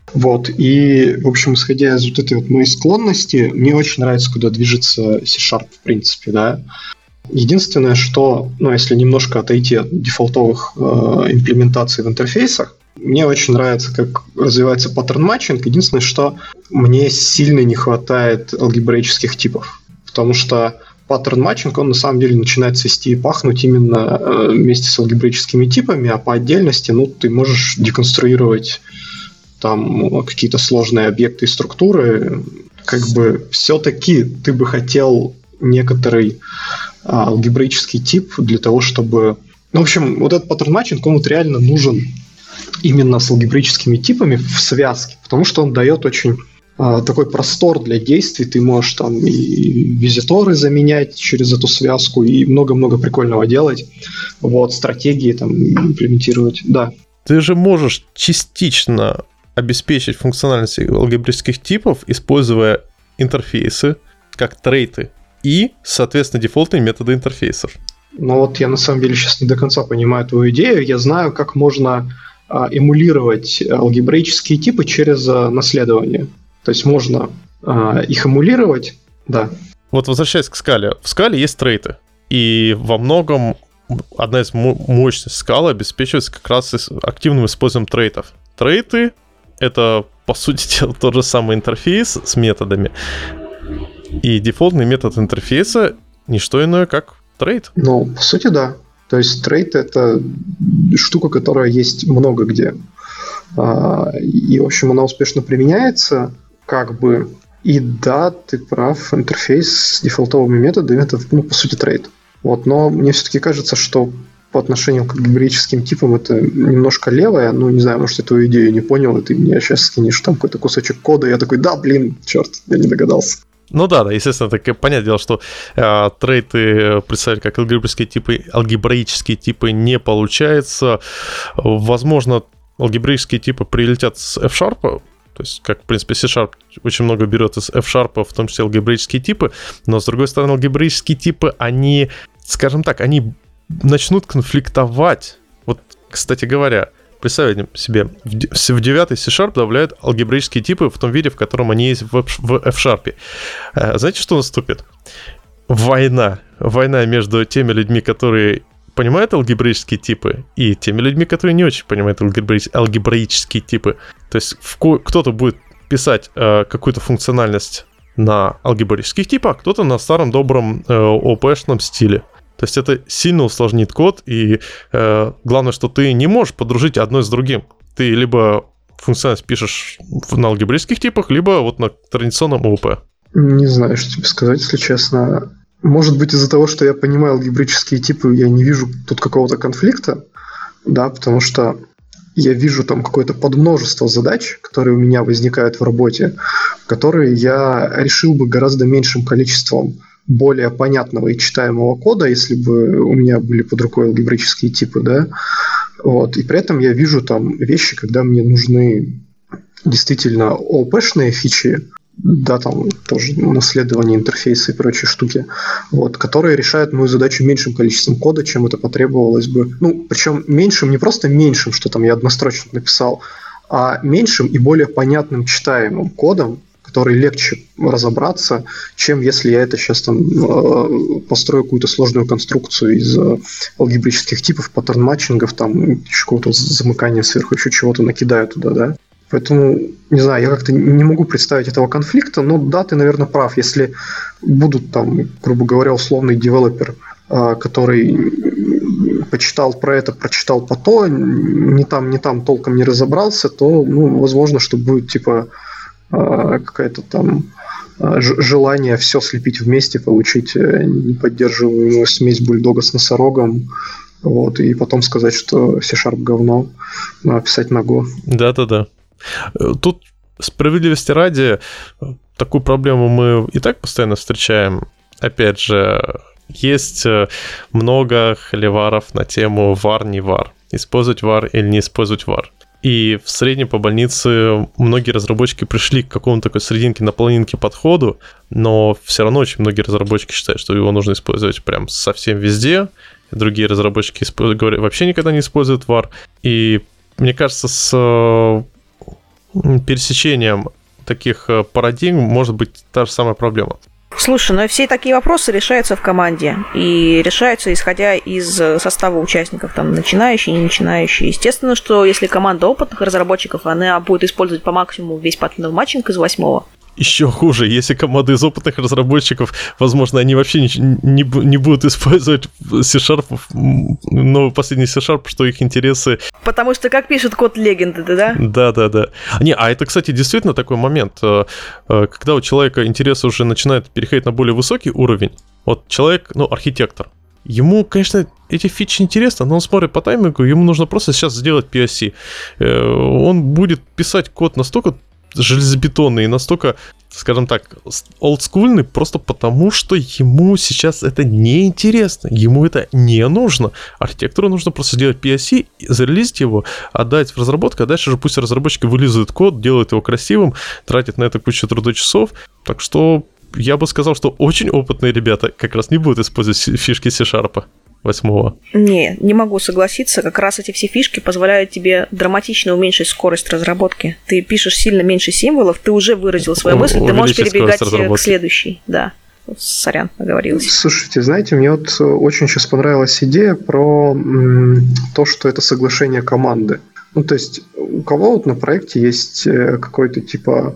Вот, и, в общем, исходя из вот этой вот моей склонности, мне очень нравится, куда движется C-Sharp, в принципе, да. Единственное, что, ну, если немножко отойти от дефолтовых э, имплементаций в интерфейсах, мне очень нравится, как развивается паттерн-матчинг. Единственное, что мне сильно не хватает алгебраических типов, потому что паттерн-матчинг, он на самом деле начинает цвести и пахнуть именно э, вместе с алгебраическими типами, а по отдельности, ну, ты можешь деконструировать там какие-то сложные объекты и структуры. Как бы все-таки ты бы хотел некоторый а, алгебраический тип для того, чтобы... Ну, в общем, вот этот паттерн-матчинг, он вот реально нужен именно с алгебраическими типами в связке, потому что он дает очень а, такой простор для действий. Ты можешь там и визиторы заменять через эту связку, и много-много прикольного делать. Вот, стратегии там имплементировать, да. Ты же можешь частично обеспечить функциональность алгебраических типов, используя интерфейсы, как трейты, и, соответственно, дефолтные методы интерфейсов. Ну вот я на самом деле сейчас не до конца понимаю твою идею. Я знаю, как можно а, эмулировать алгебраические типы через а, наследование. То есть можно а, их эмулировать, да. Вот возвращаясь к скале. В скале есть трейты, и во многом одна из мощностей скалы обеспечивается как раз активным использованием трейтов. Трейты — это, по сути дела, тот же самый интерфейс с методами. И дефолтный метод интерфейса — не что иное, как трейт. Ну, по сути, да. То есть трейт — это штука, которая есть много где. И, в общем, она успешно применяется, как бы. И да, ты прав, интерфейс с дефолтовыми методами — это, ну, по сути, трейт. Вот, но мне все-таки кажется, что по отношению к алгебраическим типам это немножко левое. Ну, не знаю, может, я твою идею не понял, и ты мне сейчас скинешь там какой-то кусочек кода, и я такой, да, блин, черт, я не догадался. Ну да, да, естественно, так понятное дело, что э, трейты представить как алгебраические типы, алгебраические типы не получается. Возможно, алгебраические типы прилетят с F-Sharp, то есть, как, в принципе, C-Sharp очень много берет из F-Sharp, в том числе алгебраические типы, но, с другой стороны, алгебраические типы, они, скажем так, они начнут конфликтовать. Вот, кстати говоря, представьте себе, в девятый C-Sharp добавляют алгебраические типы в том виде, в котором они есть в F-Sharp. Знаете, что наступит? Война. Война между теми людьми, которые понимают алгебраические типы, и теми людьми, которые не очень понимают алгебраические типы. То есть кто-то будет писать какую-то функциональность на алгебраических типах, а кто-то на старом добром о пи-шном стиле. То есть это сильно усложнит код, и э, главное, что ты не можешь подружить одно с другим. Ты либо функциональность пишешь на алгебраических типах, либо вот на традиционном ООП. Не знаю, что тебе сказать, если честно. Может быть, из-за того, что я понимаю алгебраические типы, я не вижу тут какого-то конфликта, да, потому что я вижу там какое-то подмножество задач, которые у меня возникают в работе, которые я решил бы гораздо меньшим количеством более понятного и читаемого кода, если бы у меня были под рукой алгебраические типы, да, вот, и при этом я вижу там вещи, когда мне нужны действительно ООП-шные фичи, да, там тоже наследование интерфейса и прочие штуки, вот, которые решают мою задачу меньшим количеством кода, чем это потребовалось бы, ну, причем меньшим, не просто меньшим, что там я однострочно написал, а меньшим и более понятным читаемым кодом, который легче разобраться, чем если я это сейчас там построю какую-то сложную конструкцию из алгебраических типов, паттерн-матчингов, там еще какого-то замыкания сверху, еще чего-то накидаю туда, да. Поэтому, не знаю, я как-то не могу представить этого конфликта, но да, ты, наверное, прав. Если будут там, грубо говоря, условный девелопер, который почитал про это, прочитал по то, ни там, ни там толком не разобрался, то, ну, возможно, что будет, типа, какое-то там желание все слепить вместе, получить неподдерживаемую смесь бульдога с носорогом, вот, и потом сказать, что C-Sharp говно, писать на Go. Да-да-да. Тут, справедливости ради, такую проблему мы и так постоянно встречаем. Опять же, есть много холиваров на тему var, не var. Использовать var или не использовать var. И в среднем по больнице многие разработчики пришли к какому-то такой срединке на половинке подходу, но все равно очень многие разработчики считают, что его нужно использовать прям совсем везде. Другие разработчики говорят, вообще никогда не используют var. И мне кажется, с пересечением таких парадигм может быть та же самая проблема. Слушай, но все такие вопросы решаются в команде. И решаются, исходя из состава участников, там, начинающие, не начинающие. Естественно, что если команда опытных разработчиков, она будет использовать по максимуму весь паттерн матчинг из восьмого. Еще хуже, если команда из опытных разработчиков, возможно, они вообще не, не, не будут использовать C-Sharp, новый последний C-Sharp, что их интересы... Потому что как пишет код легенды, да? Да-да-да. Не, а это, кстати, действительно такой момент, когда у человека интересы уже начинают переходить на более высокий уровень. Вот человек, ну, архитектор. Ему, конечно, эти фичи интересны, но он смотрит по таймингу, ему нужно просто сейчас сделать пи эй си. Он будет писать код настолько железобетонный и настолько, скажем так, олдскульный, просто потому, что ему сейчас это не интересно, ему это не нужно. Архитектору нужно просто сделать пи эй си, зарелизить его, отдать в разработку, а дальше же пусть разработчики вылизывают код, делают его красивым, тратят на это кучу трудочасов. Так что я бы сказал, что очень опытные ребята как раз не будут использовать фишки C-Sharp восьмого. Не, не могу согласиться. Как раз эти все фишки позволяют тебе драматично уменьшить скорость разработки. Ты пишешь сильно меньше символов, ты уже выразил свою мысль, ты можешь перебегать к следующей. Да. Сорян, оговорилась. Слушайте, знаете, мне вот очень сейчас понравилась идея про м, то, что это соглашение команды. Ну, то есть у кого вот на проекте есть какой-то типа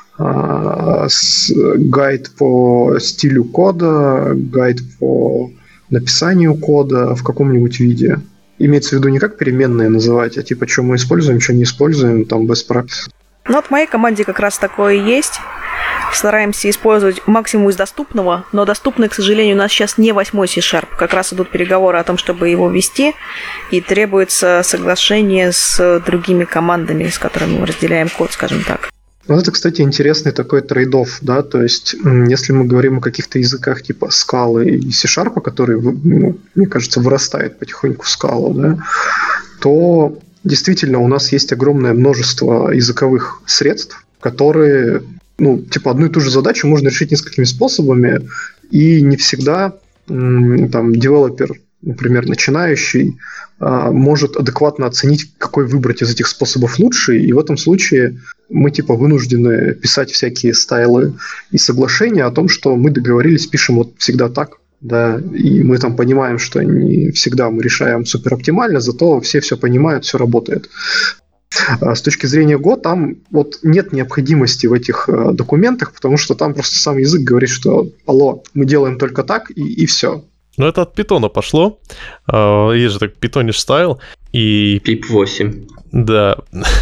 а, с, гайд по стилю кода, гайд по написанию кода в каком-нибудь виде. Имеется в виду не как переменные называть, а типа, что мы используем, что не используем, там, best practice. Ну, вот в моей команде как раз такое и есть. Стараемся использовать максимум из доступного, но доступный, к сожалению, у нас сейчас не восьмой C-Sharp. Как раз идут переговоры о том, чтобы его ввести, и требуется соглашение с другими командами, с которыми мы разделяем код, скажем так. Вот это, кстати, интересный такой трейд-офф, да, то есть если мы говорим о каких-то языках типа Scala и C-Sharp, который, ну, мне кажется, вырастает потихоньку в Scala, да, то действительно у нас есть огромное множество языковых средств, которые, ну, типа одну и ту же задачу можно решить несколькими способами, и не всегда там девелопер, например, начинающий, может адекватно оценить, какой выбрать из этих способов лучший, и в этом случае мы типа вынуждены писать всякие стайлы и соглашения о том, что мы договорились, пишем вот всегда так, да, и мы там понимаем, что не всегда мы решаем супер оптимально, зато все все понимают, все работает. А с точки зрения Go, там вот нет необходимости в этих документах, потому что там просто сам язык говорит, что алло, мы делаем только так, и, и все. Ну, это от питона пошло. Есть же так питониш стайл. И... пип восемь. Да.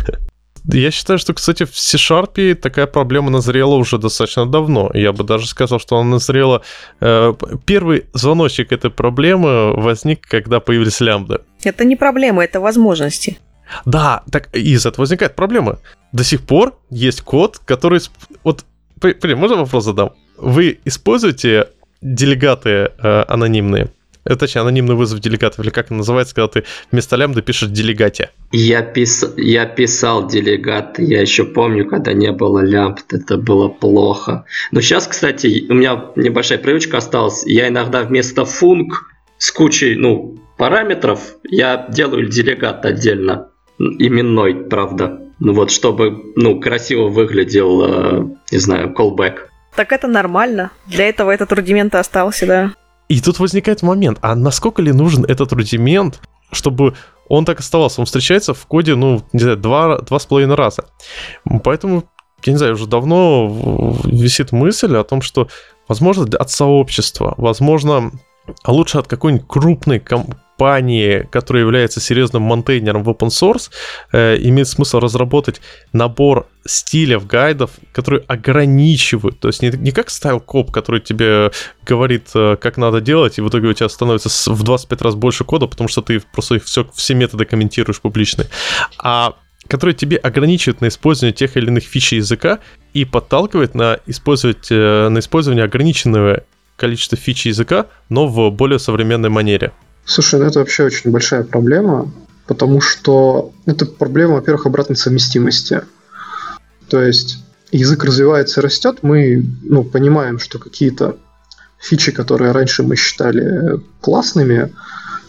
Я считаю, что, кстати, в C-Sharp такая проблема назрела уже достаточно давно. Я бы даже сказал, что она назрела... Первый звоночек этой проблемы возник, когда появились лямбды. Это не проблема, это возможности. Да, так из этого возникает проблема. До сих пор есть код, который... Вот, блин, можно вопрос задам? Вы используете... делегаты э, анонимные. Это, точнее, анонимный вызов делегатов, или как это называется, когда ты вместо лямбды пишешь делегате. Я, пис... я писал делегаты, я еще помню, когда не было лямбд, это было плохо. Но сейчас, кстати, у меня небольшая привычка осталась, я иногда вместо функ с кучей, ну, параметров, я делаю делегат отдельно, именной, правда. Ну вот, чтобы, ну, красиво выглядел, э, не знаю, callback. Так это нормально. Для этого этот рудимент остался, да. И тут возникает момент, а насколько ли нужен этот рудимент, чтобы он так оставался? Он встречается в коде, ну, не знаю, два, два с половиной раза. Поэтому, я не знаю, уже давно висит мысль о том, что, возможно, от сообщества, возможно, а лучше от какой-нибудь крупной компании, которая является серьезным монтейнером в open source, э, имеет смысл разработать набор стилев, гайдов, которые ограничивают, то есть не, не как стайл-коп, который тебе говорит, э, как надо делать, и в итоге у тебя становится в двадцать пять раз больше кода, потому что ты просто все, все методы комментируешь публично, а который тебе ограничивает на использование тех или иных фич языка и подталкивает на, использовать, э, на использование ограниченного количества фич языка, но в более современной манере. Слушай, ну это вообще очень большая проблема, потому что это проблема, во-первых, обратной совместимости. То есть язык развивается и растет, мы, ну, понимаем, что какие-то фичи, которые раньше мы считали классными,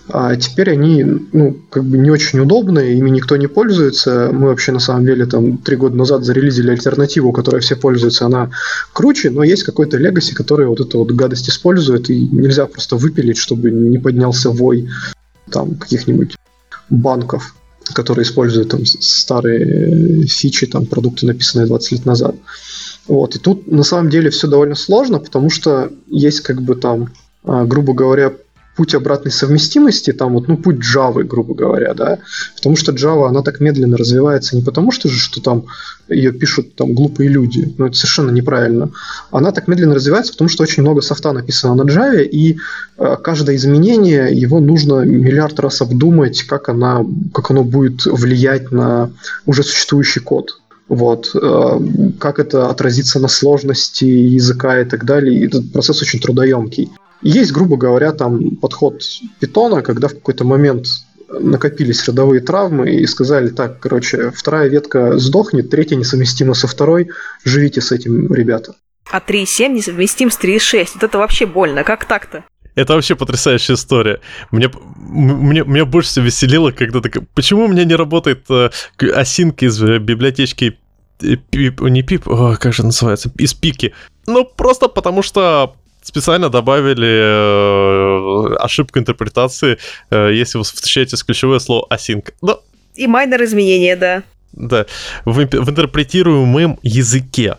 А теперь они, ну, как бы не очень удобные, ими никто не пользуется. Мы вообще, на самом деле, там, три года назад зарелизили альтернативу, которой все пользуются, она круче, но есть какой-то legacy, который вот эту вот гадость использует, и нельзя просто выпилить, чтобы не поднялся вой там каких-нибудь банков, которые используют там старые фичи, там, продукты, написанные двадцать лет назад. Вот. И тут, на самом деле, все довольно сложно, потому что есть, как бы, там, грубо говоря, путь обратной совместимости, там вот, ну, путь Java, грубо говоря, да, потому что Java, она так медленно развивается не потому, что же, что там ее пишут там глупые люди, ну, это совершенно неправильно. Она так медленно развивается, потому что очень много софта написано на Java, и э, каждое изменение, его нужно миллиард раз обдумать, как, она, как оно будет влиять на уже существующий код. Вот, э, как это отразится на сложности языка и так далее. И этот процесс очень трудоемкий. Есть, грубо говоря, там подход Python, когда в какой-то момент накопились родовые травмы и сказали, так, короче, вторая ветка сдохнет, третья несовместима со второй, живите с этим, ребята. А три семь несовместим с три шесть. Вот это вообще больно. Как так-то? Это вообще потрясающая история. Мне, мне, меня больше всего веселило, когда так... Почему у меня не работает э, async из библиотечки пип, не пип, о, как же называется, из пики? Ну, просто потому что специально добавили э, ошибку интерпретации, э, если вы встречаете ключевое слово async. Но... И майнер изменения, да. Да, в, в интерпретируемом языке.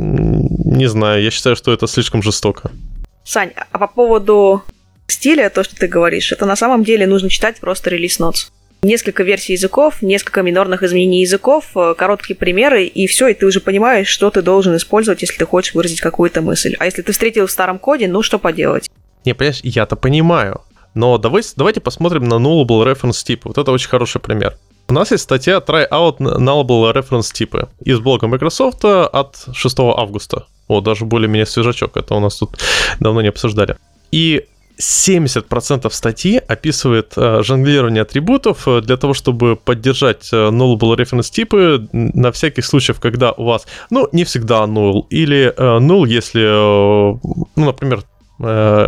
Не знаю, я считаю, что это слишком жестоко. Сань, а по поводу стиля, то, что ты говоришь, это на самом деле нужно читать просто релиз нотс. Несколько версий языков, несколько минорных изменений языков, короткие примеры, и все, и ты уже понимаешь, что ты должен использовать, если ты хочешь выразить какую-то мысль. А если ты встретил в старом коде, ну что поделать? Не, понимаешь, я-то понимаю. Но давайте, давайте посмотрим на nullable reference типы. Вот это очень хороший пример. У нас есть статья Try out nullable reference типы из блога Microsoft от шестого августа. О, даже более-менее свежачок. Это у нас тут давно не обсуждали. И семьдесят процентов статьи описывает э, жонглирование атрибутов для того, чтобы поддержать э, nullable reference типы на всяких случаях, когда у вас, ну, не всегда null, или э, null, если, э, ну, например, э,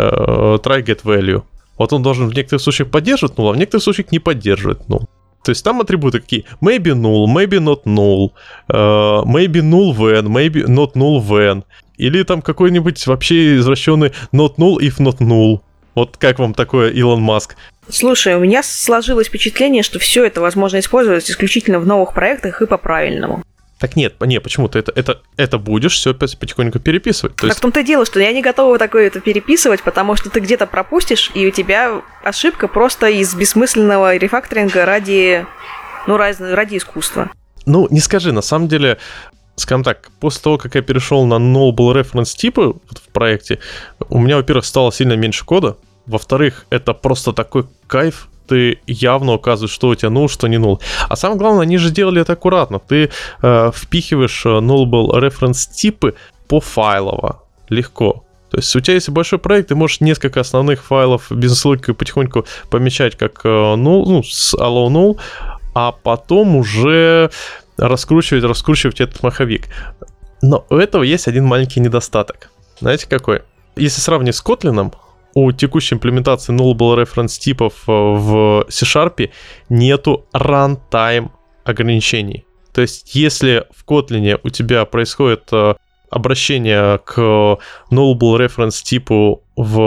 try get value. Вот он должен в некоторых случаях поддерживать null, а в некоторых случаях не поддерживать null. То есть там атрибуты какие? Maybe null, maybe not null, uh, maybe null when, maybe not null when. Или там какой-нибудь вообще извращенный not null if not null. Вот как вам такое, Илон Маск? Слушай, у меня сложилось впечатление, что все это возможно использовать исключительно в новых проектах и по-правильному. Так нет, не, почему ты это, это, это будешь все потихоньку переписывать. То так есть... в том-то и дело, что я не готова такое это переписывать, потому что ты где-то пропустишь, и у тебя ошибка просто из бессмысленного рефакторинга ради, ну, ради, ради искусства. Ну, не скажи, на самом деле, скажем так, после того, как я перешел на nullable reference типы в проекте, у меня, во-первых, стало сильно меньше кода, во-вторых, это просто такой кайф, ты явно указываешь, что у тебя null, что не null. А самое главное, они же делали это аккуратно. Ты э, впихиваешь nullable reference типы пофайлово, легко. То есть у тебя есть большой проект, ты можешь несколько основных файлов бизнес-логикой потихоньку помечать как э, null, ну, с allow null, а потом уже раскручивать, раскручивать этот маховик. Но у этого есть один маленький недостаток. Знаете какой? Если сравнить с Kotlin, у текущей имплементации nullable reference типов в C-Sharp нету runtime ограничений. То есть, если в Kotlin у тебя происходит обращение к nullable reference типу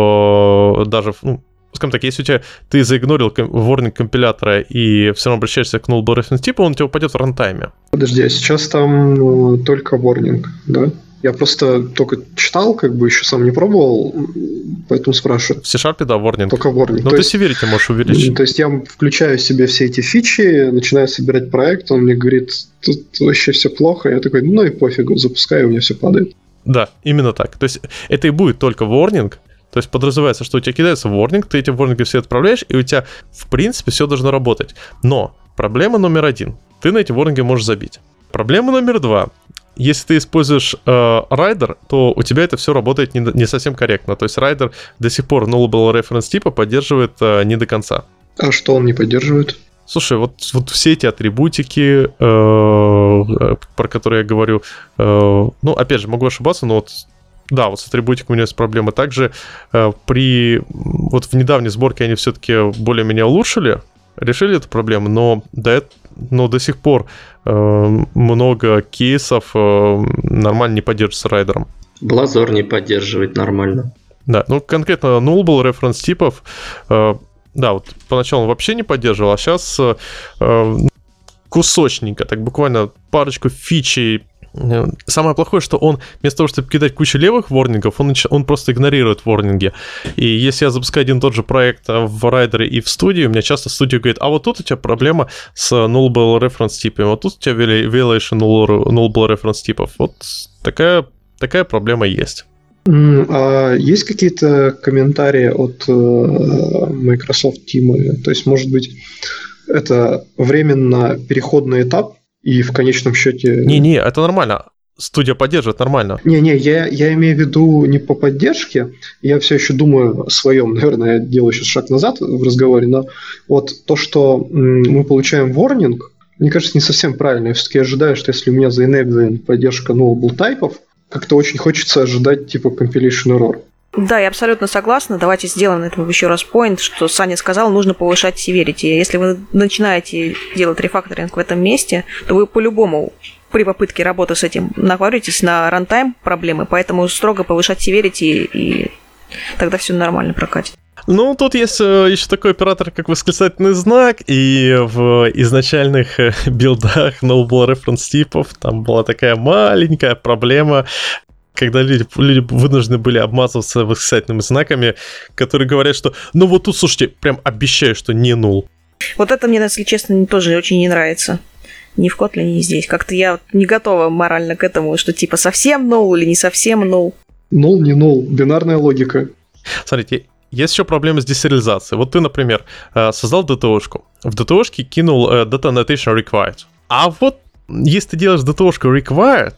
в даже, ну, скажем так, если у тебя ты заигнорил warning компилятора и все равно обращаешься к nullable reference типу, он у тебя упадет в рантайме. Подожди, а сейчас там ну, только warning, да? Я просто только читал, как бы еще сам не пробовал, поэтому спрашиваю. В C-Sharp, да, warning. Только warning. Но то ты есть, Severity можешь увеличить. То есть я включаю себе все эти фичи, начинаю собирать проект, он мне говорит, тут вообще все плохо. Я такой, ну и пофигу, запускаю, у меня все падает. Да, именно так. То есть это и будет только warning. То есть подразумевается, что у тебя кидается warning, ты эти warnings все отправляешь, и у тебя, в принципе, все должно работать. Но проблема номер один. Ты на эти warnings можешь забить. Проблема номер два. Если ты используешь э, райдер, то у тебя это все работает не, не совсем корректно. То есть райдер до сих пор nullable reference типа поддерживает э, не до конца. А что он не поддерживает? Слушай, вот, вот все эти атрибутики, э, про которые я говорю, э, ну, опять же, могу ошибаться, но вот Да, вот с атрибутикой у меня есть проблемы. Также э, при... Вот в недавней сборке они все-таки более-менее улучшили, решили эту проблему, но до, но до сих пор э, много кейсов э, нормально не поддерживается райдером. Blazor не поддерживает нормально. Да, ну конкретно nullable референс типов, э, да, вот поначалу он вообще не поддерживал, а сейчас э, кусочненько, так буквально парочку фичей. Самое плохое, что он вместо того, чтобы кидать кучу левых ворнингов, он, он просто игнорирует ворнинги. И если я запускаю один и тот же проект в райдере и в студии, у меня часто студия говорит, а вот тут у тебя проблема с nullable reference типами, вот тут у тебя violation nullable reference типов. Вот такая, такая проблема есть. А есть какие-то комментарии от Microsoft Team? То есть, может быть, это временно переходный этап, и в конечном счете... Не-не, это нормально. Студия поддерживает нормально. Не-не, я, я имею в виду не по поддержке. Я все еще думаю о своем. Наверное, я делаю сейчас шаг назад в разговоре. Но вот то, что мы получаем warning, мне кажется, не совсем правильно. Я все-таки ожидаю, что если у меня заинеблена поддержка nullable тайпов, как-то очень хочется ожидать типа compilation error. Да, я абсолютно согласна. Давайте сделаем на этом еще раз point, что Саня сказал, нужно повышать severity. Если вы начинаете делать рефакторинг в этом месте, то вы по-любому при попытке работы с этим наговоритесь на рантайм проблемы, поэтому строго повышать severity, и тогда все нормально прокатит. Ну, тут есть еще такой оператор, как восклицательный знак, и в изначальных билдах nullable reference типов там была такая маленькая проблема, когда люди, люди вынуждены были обмазываться восклицательными знаками, которые говорят, что ну вот тут, слушайте, прям обещаю, что не null. Вот это мне, если честно, тоже очень не нравится. Ни в Kotlin, ни здесь. Как-то я не готова морально к этому, что типа совсем null или не совсем null. Null, не null. Бинарная логика. Смотрите, есть еще проблемы с десериализацией. Вот ты, например, создал ди ти о-шку. В ди ти о-шке кинул Data Annotation Required. А вот если ты делаешь ди ти о-шку Required,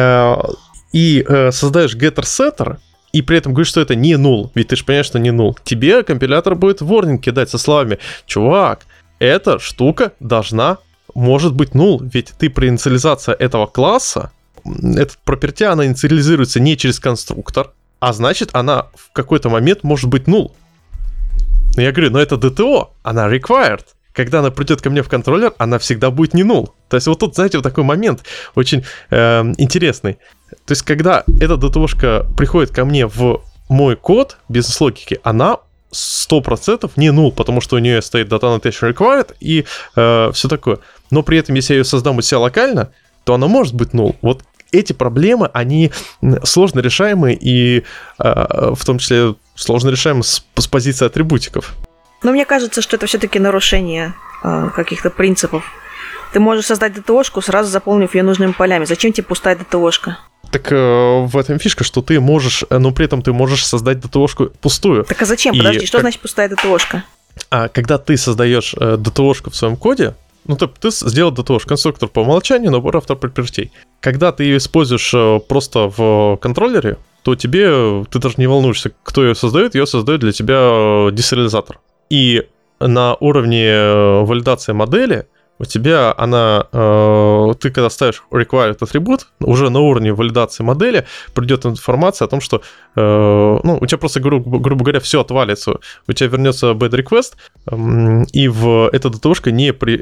и э, создаешь getter-setter, и при этом говоришь, что это не null, ведь ты же понимаешь, что не null, тебе компилятор будет warning кидать со словами: чувак, эта штука должна, может быть null, ведь ты при инициализации этого класса, эта property, она инициализируется не через конструктор, а значит, она в какой-то момент может быть null. Но я говорю, но это ди ти о, она required. Когда она придет ко мне в контроллер, она всегда будет не null. То есть вот тут, знаете, вот такой момент очень э, интересный. То есть когда эта ди ти о-шка приходит ко мне в мой код бизнес-логики, она сто процентов не null, потому что у нее стоит Data Annotation Required и э, все такое. Но при этом, если я ее создам у себя локально, то она может быть null. Вот эти проблемы, они сложно решаемые и э, в том числе сложно решаемые с, с позиции атрибутиков. Но мне кажется, что это все-таки нарушение э, каких-то принципов. Ты можешь создать ди ти о-шку, сразу заполнив ее нужными полями. Зачем тебе пустая ди ти о-шка? Так э, в этом фишка, что ты можешь, но при этом ты можешь создать ди ти о-шку пустую. Так а зачем? И Подожди, что как... значит пустая ди ти о-шка? А когда ты создаешь э, ди ти о-шку в своем коде, ну ты, ты сделал ди ти о-шку, конструктор по умолчанию, набор автопропертей. Когда ты ее используешь э, просто в контроллере, то тебе, ты даже не волнуешься, кто ее создает, ее создает для тебя э, десериализатор. И на уровне валидации модели у тебя она, э, ты когда ставишь required атрибут, уже на уровне валидации модели придет информация о том, что э, ну, у тебя просто, гру- грубо говоря, все отвалится. У тебя вернется bad request, э, и в эта ди ти о-шка не, при,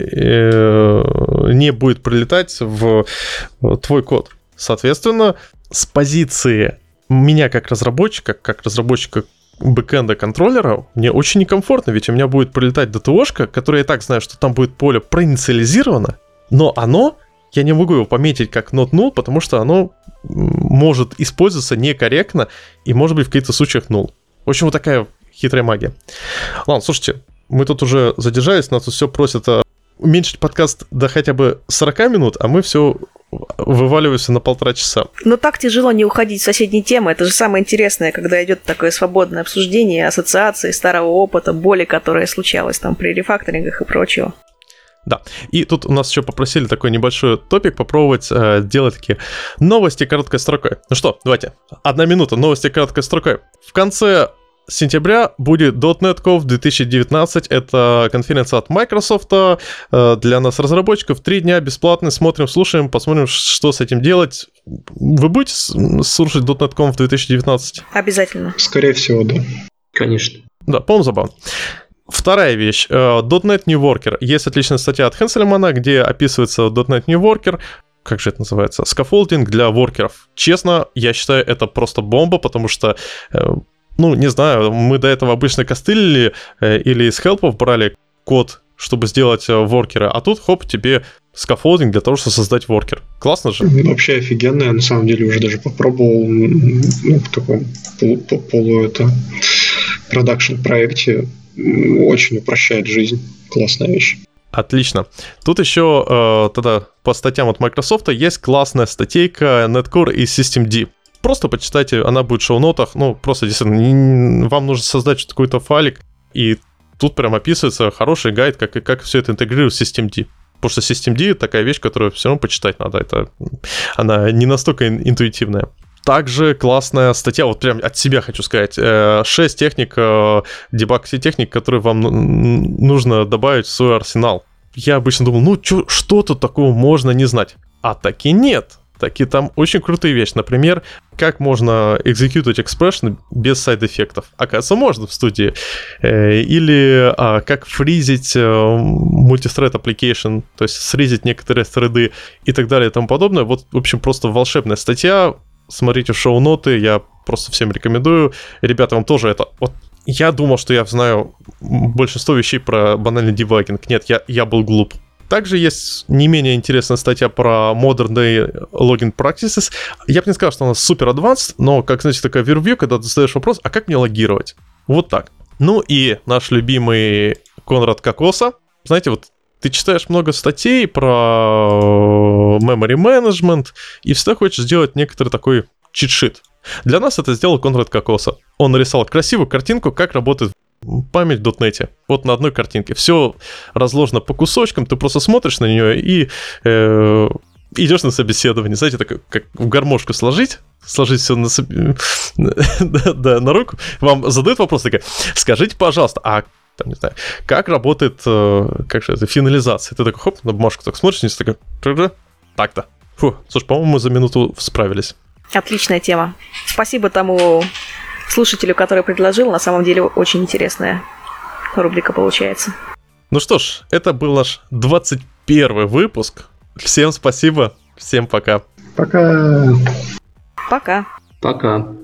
э, не будет прилетать в твой код. Соответственно, с позиции меня как разработчика, как разработчика бэкэнда контроллера, мне очень некомфортно, ведь у меня будет прилетать ди ти о-шка, которая я так знаю, что там будет поле проинициализировано, но оно, я не могу его пометить как not null, потому что оно может использоваться некорректно и может быть в каких-то случаях null. В общем, вот такая хитрая магия. Ладно, слушайте, мы тут уже задержались, нас тут все просят уменьшить подкаст до хотя бы сорок минут, а мы все вываливаемся на полтора часа. Но так тяжело не уходить в соседние темы. Это же самое интересное, когда идет такое свободное обсуждение ассоциации, старого опыта, боли, которая случалась там при рефакторингах и прочего. Да, и тут у нас еще попросили такой небольшой топик попробовать э, делать такие новости короткой строкой. Ну что, давайте, одна минута, новости короткой строкой. В конце сентября будет .дот нет конф две тысячи девятнадцать. Это конференция от Microsoft. Для нас, разработчиков, три дня бесплатно. Смотрим, слушаем, посмотрим, что с этим делать. Вы будете слушать .дот нет конф две тысячи девятнадцать? Обязательно. Скорее всего, да. Конечно. Да, по-моему, забавно. Вторая вещь. .дот нет New Worker. Есть отличная статья от Хенсельмана, где описывается .дот нет New Worker. Как же это называется? Скаффолдинг для воркеров. Честно, я считаю, это просто бомба, потому что, ну, не знаю, мы до этого обычно костылили или из хелпов брали код, чтобы сделать воркеры, а тут, хоп, тебе скаффолдинг для того, чтобы создать воркер. Классно же? Вообще офигенно. Я на самом деле уже даже попробовал, ну, в таком полу, полу это продакшн проекте. Очень упрощает жизнь. Классная вещь. Отлично. Тут еще э, тогда по статьям от Microsoft есть классная статейка Netcore и systemd. Просто почитайте, она будет в шоу-нотах. Ну, просто действительно, вам нужно создать какой-то файлик, и тут прям описывается хороший гайд, как, как все это интегрирует с systemd. Потому что systemd такая вещь, которую все равно почитать надо. Это, она не настолько интуитивная. Также классная статья, вот прям от себя хочу сказать, шесть техник, дебаг техник, которые вам нужно добавить в свой арсенал. Я обычно думал, ну чё, что тут такого можно не знать? А таки нет. Таки там очень крутые вещи. Например, как можно экзекьютить экспрессион без сайд-эффектов. Оказывается, можно в студии. Или а, как фризить мультистред application, то есть срезить некоторые threads и так далее и тому подобное. Вот, в общем, просто волшебная статья. Смотрите шоу-ноты, я просто всем рекомендую. Ребята, вам тоже это... Вот я думал, что я знаю большинство вещей про банальный дебагинг. Нет, я, я был глуп. Также есть не менее интересная статья про Modern Day Login Practices. Я бы не сказал, что она супер advanced, но, как, знаете, такая overview, когда ты задаешь вопрос, а как мне логировать? Вот так. Ну и наш любимый Конрад Кокоса. Знаете, вот ты читаешь много статей про memory management и всегда хочешь сделать некоторый такой чит-шит. Для нас это сделал Конрад Кокоса. Он нарисовал красивую картинку, как работает память в .нет. Вот на одной картинке. Все разложено по кусочкам, ты просто смотришь на нее и э, идешь на собеседование. Знаете, так как в гармошку сложить, сложить все на, да, да, на руку, вам задают вопрос такой: скажите, пожалуйста, а там, не знаю, как работает, э, как же это, финализация? Ты такой, хоп, на бумажку так смотришь, и такой, так-то. Фу, слушай, по-моему, мы за минуту справились. Отличная тема. Спасибо тому слушателю, который предложил. На самом деле, очень интересная рубрика получается. Ну что ж, это был наш двадцать первый выпуск. Всем спасибо, всем пока. Пока. Пока. Пока.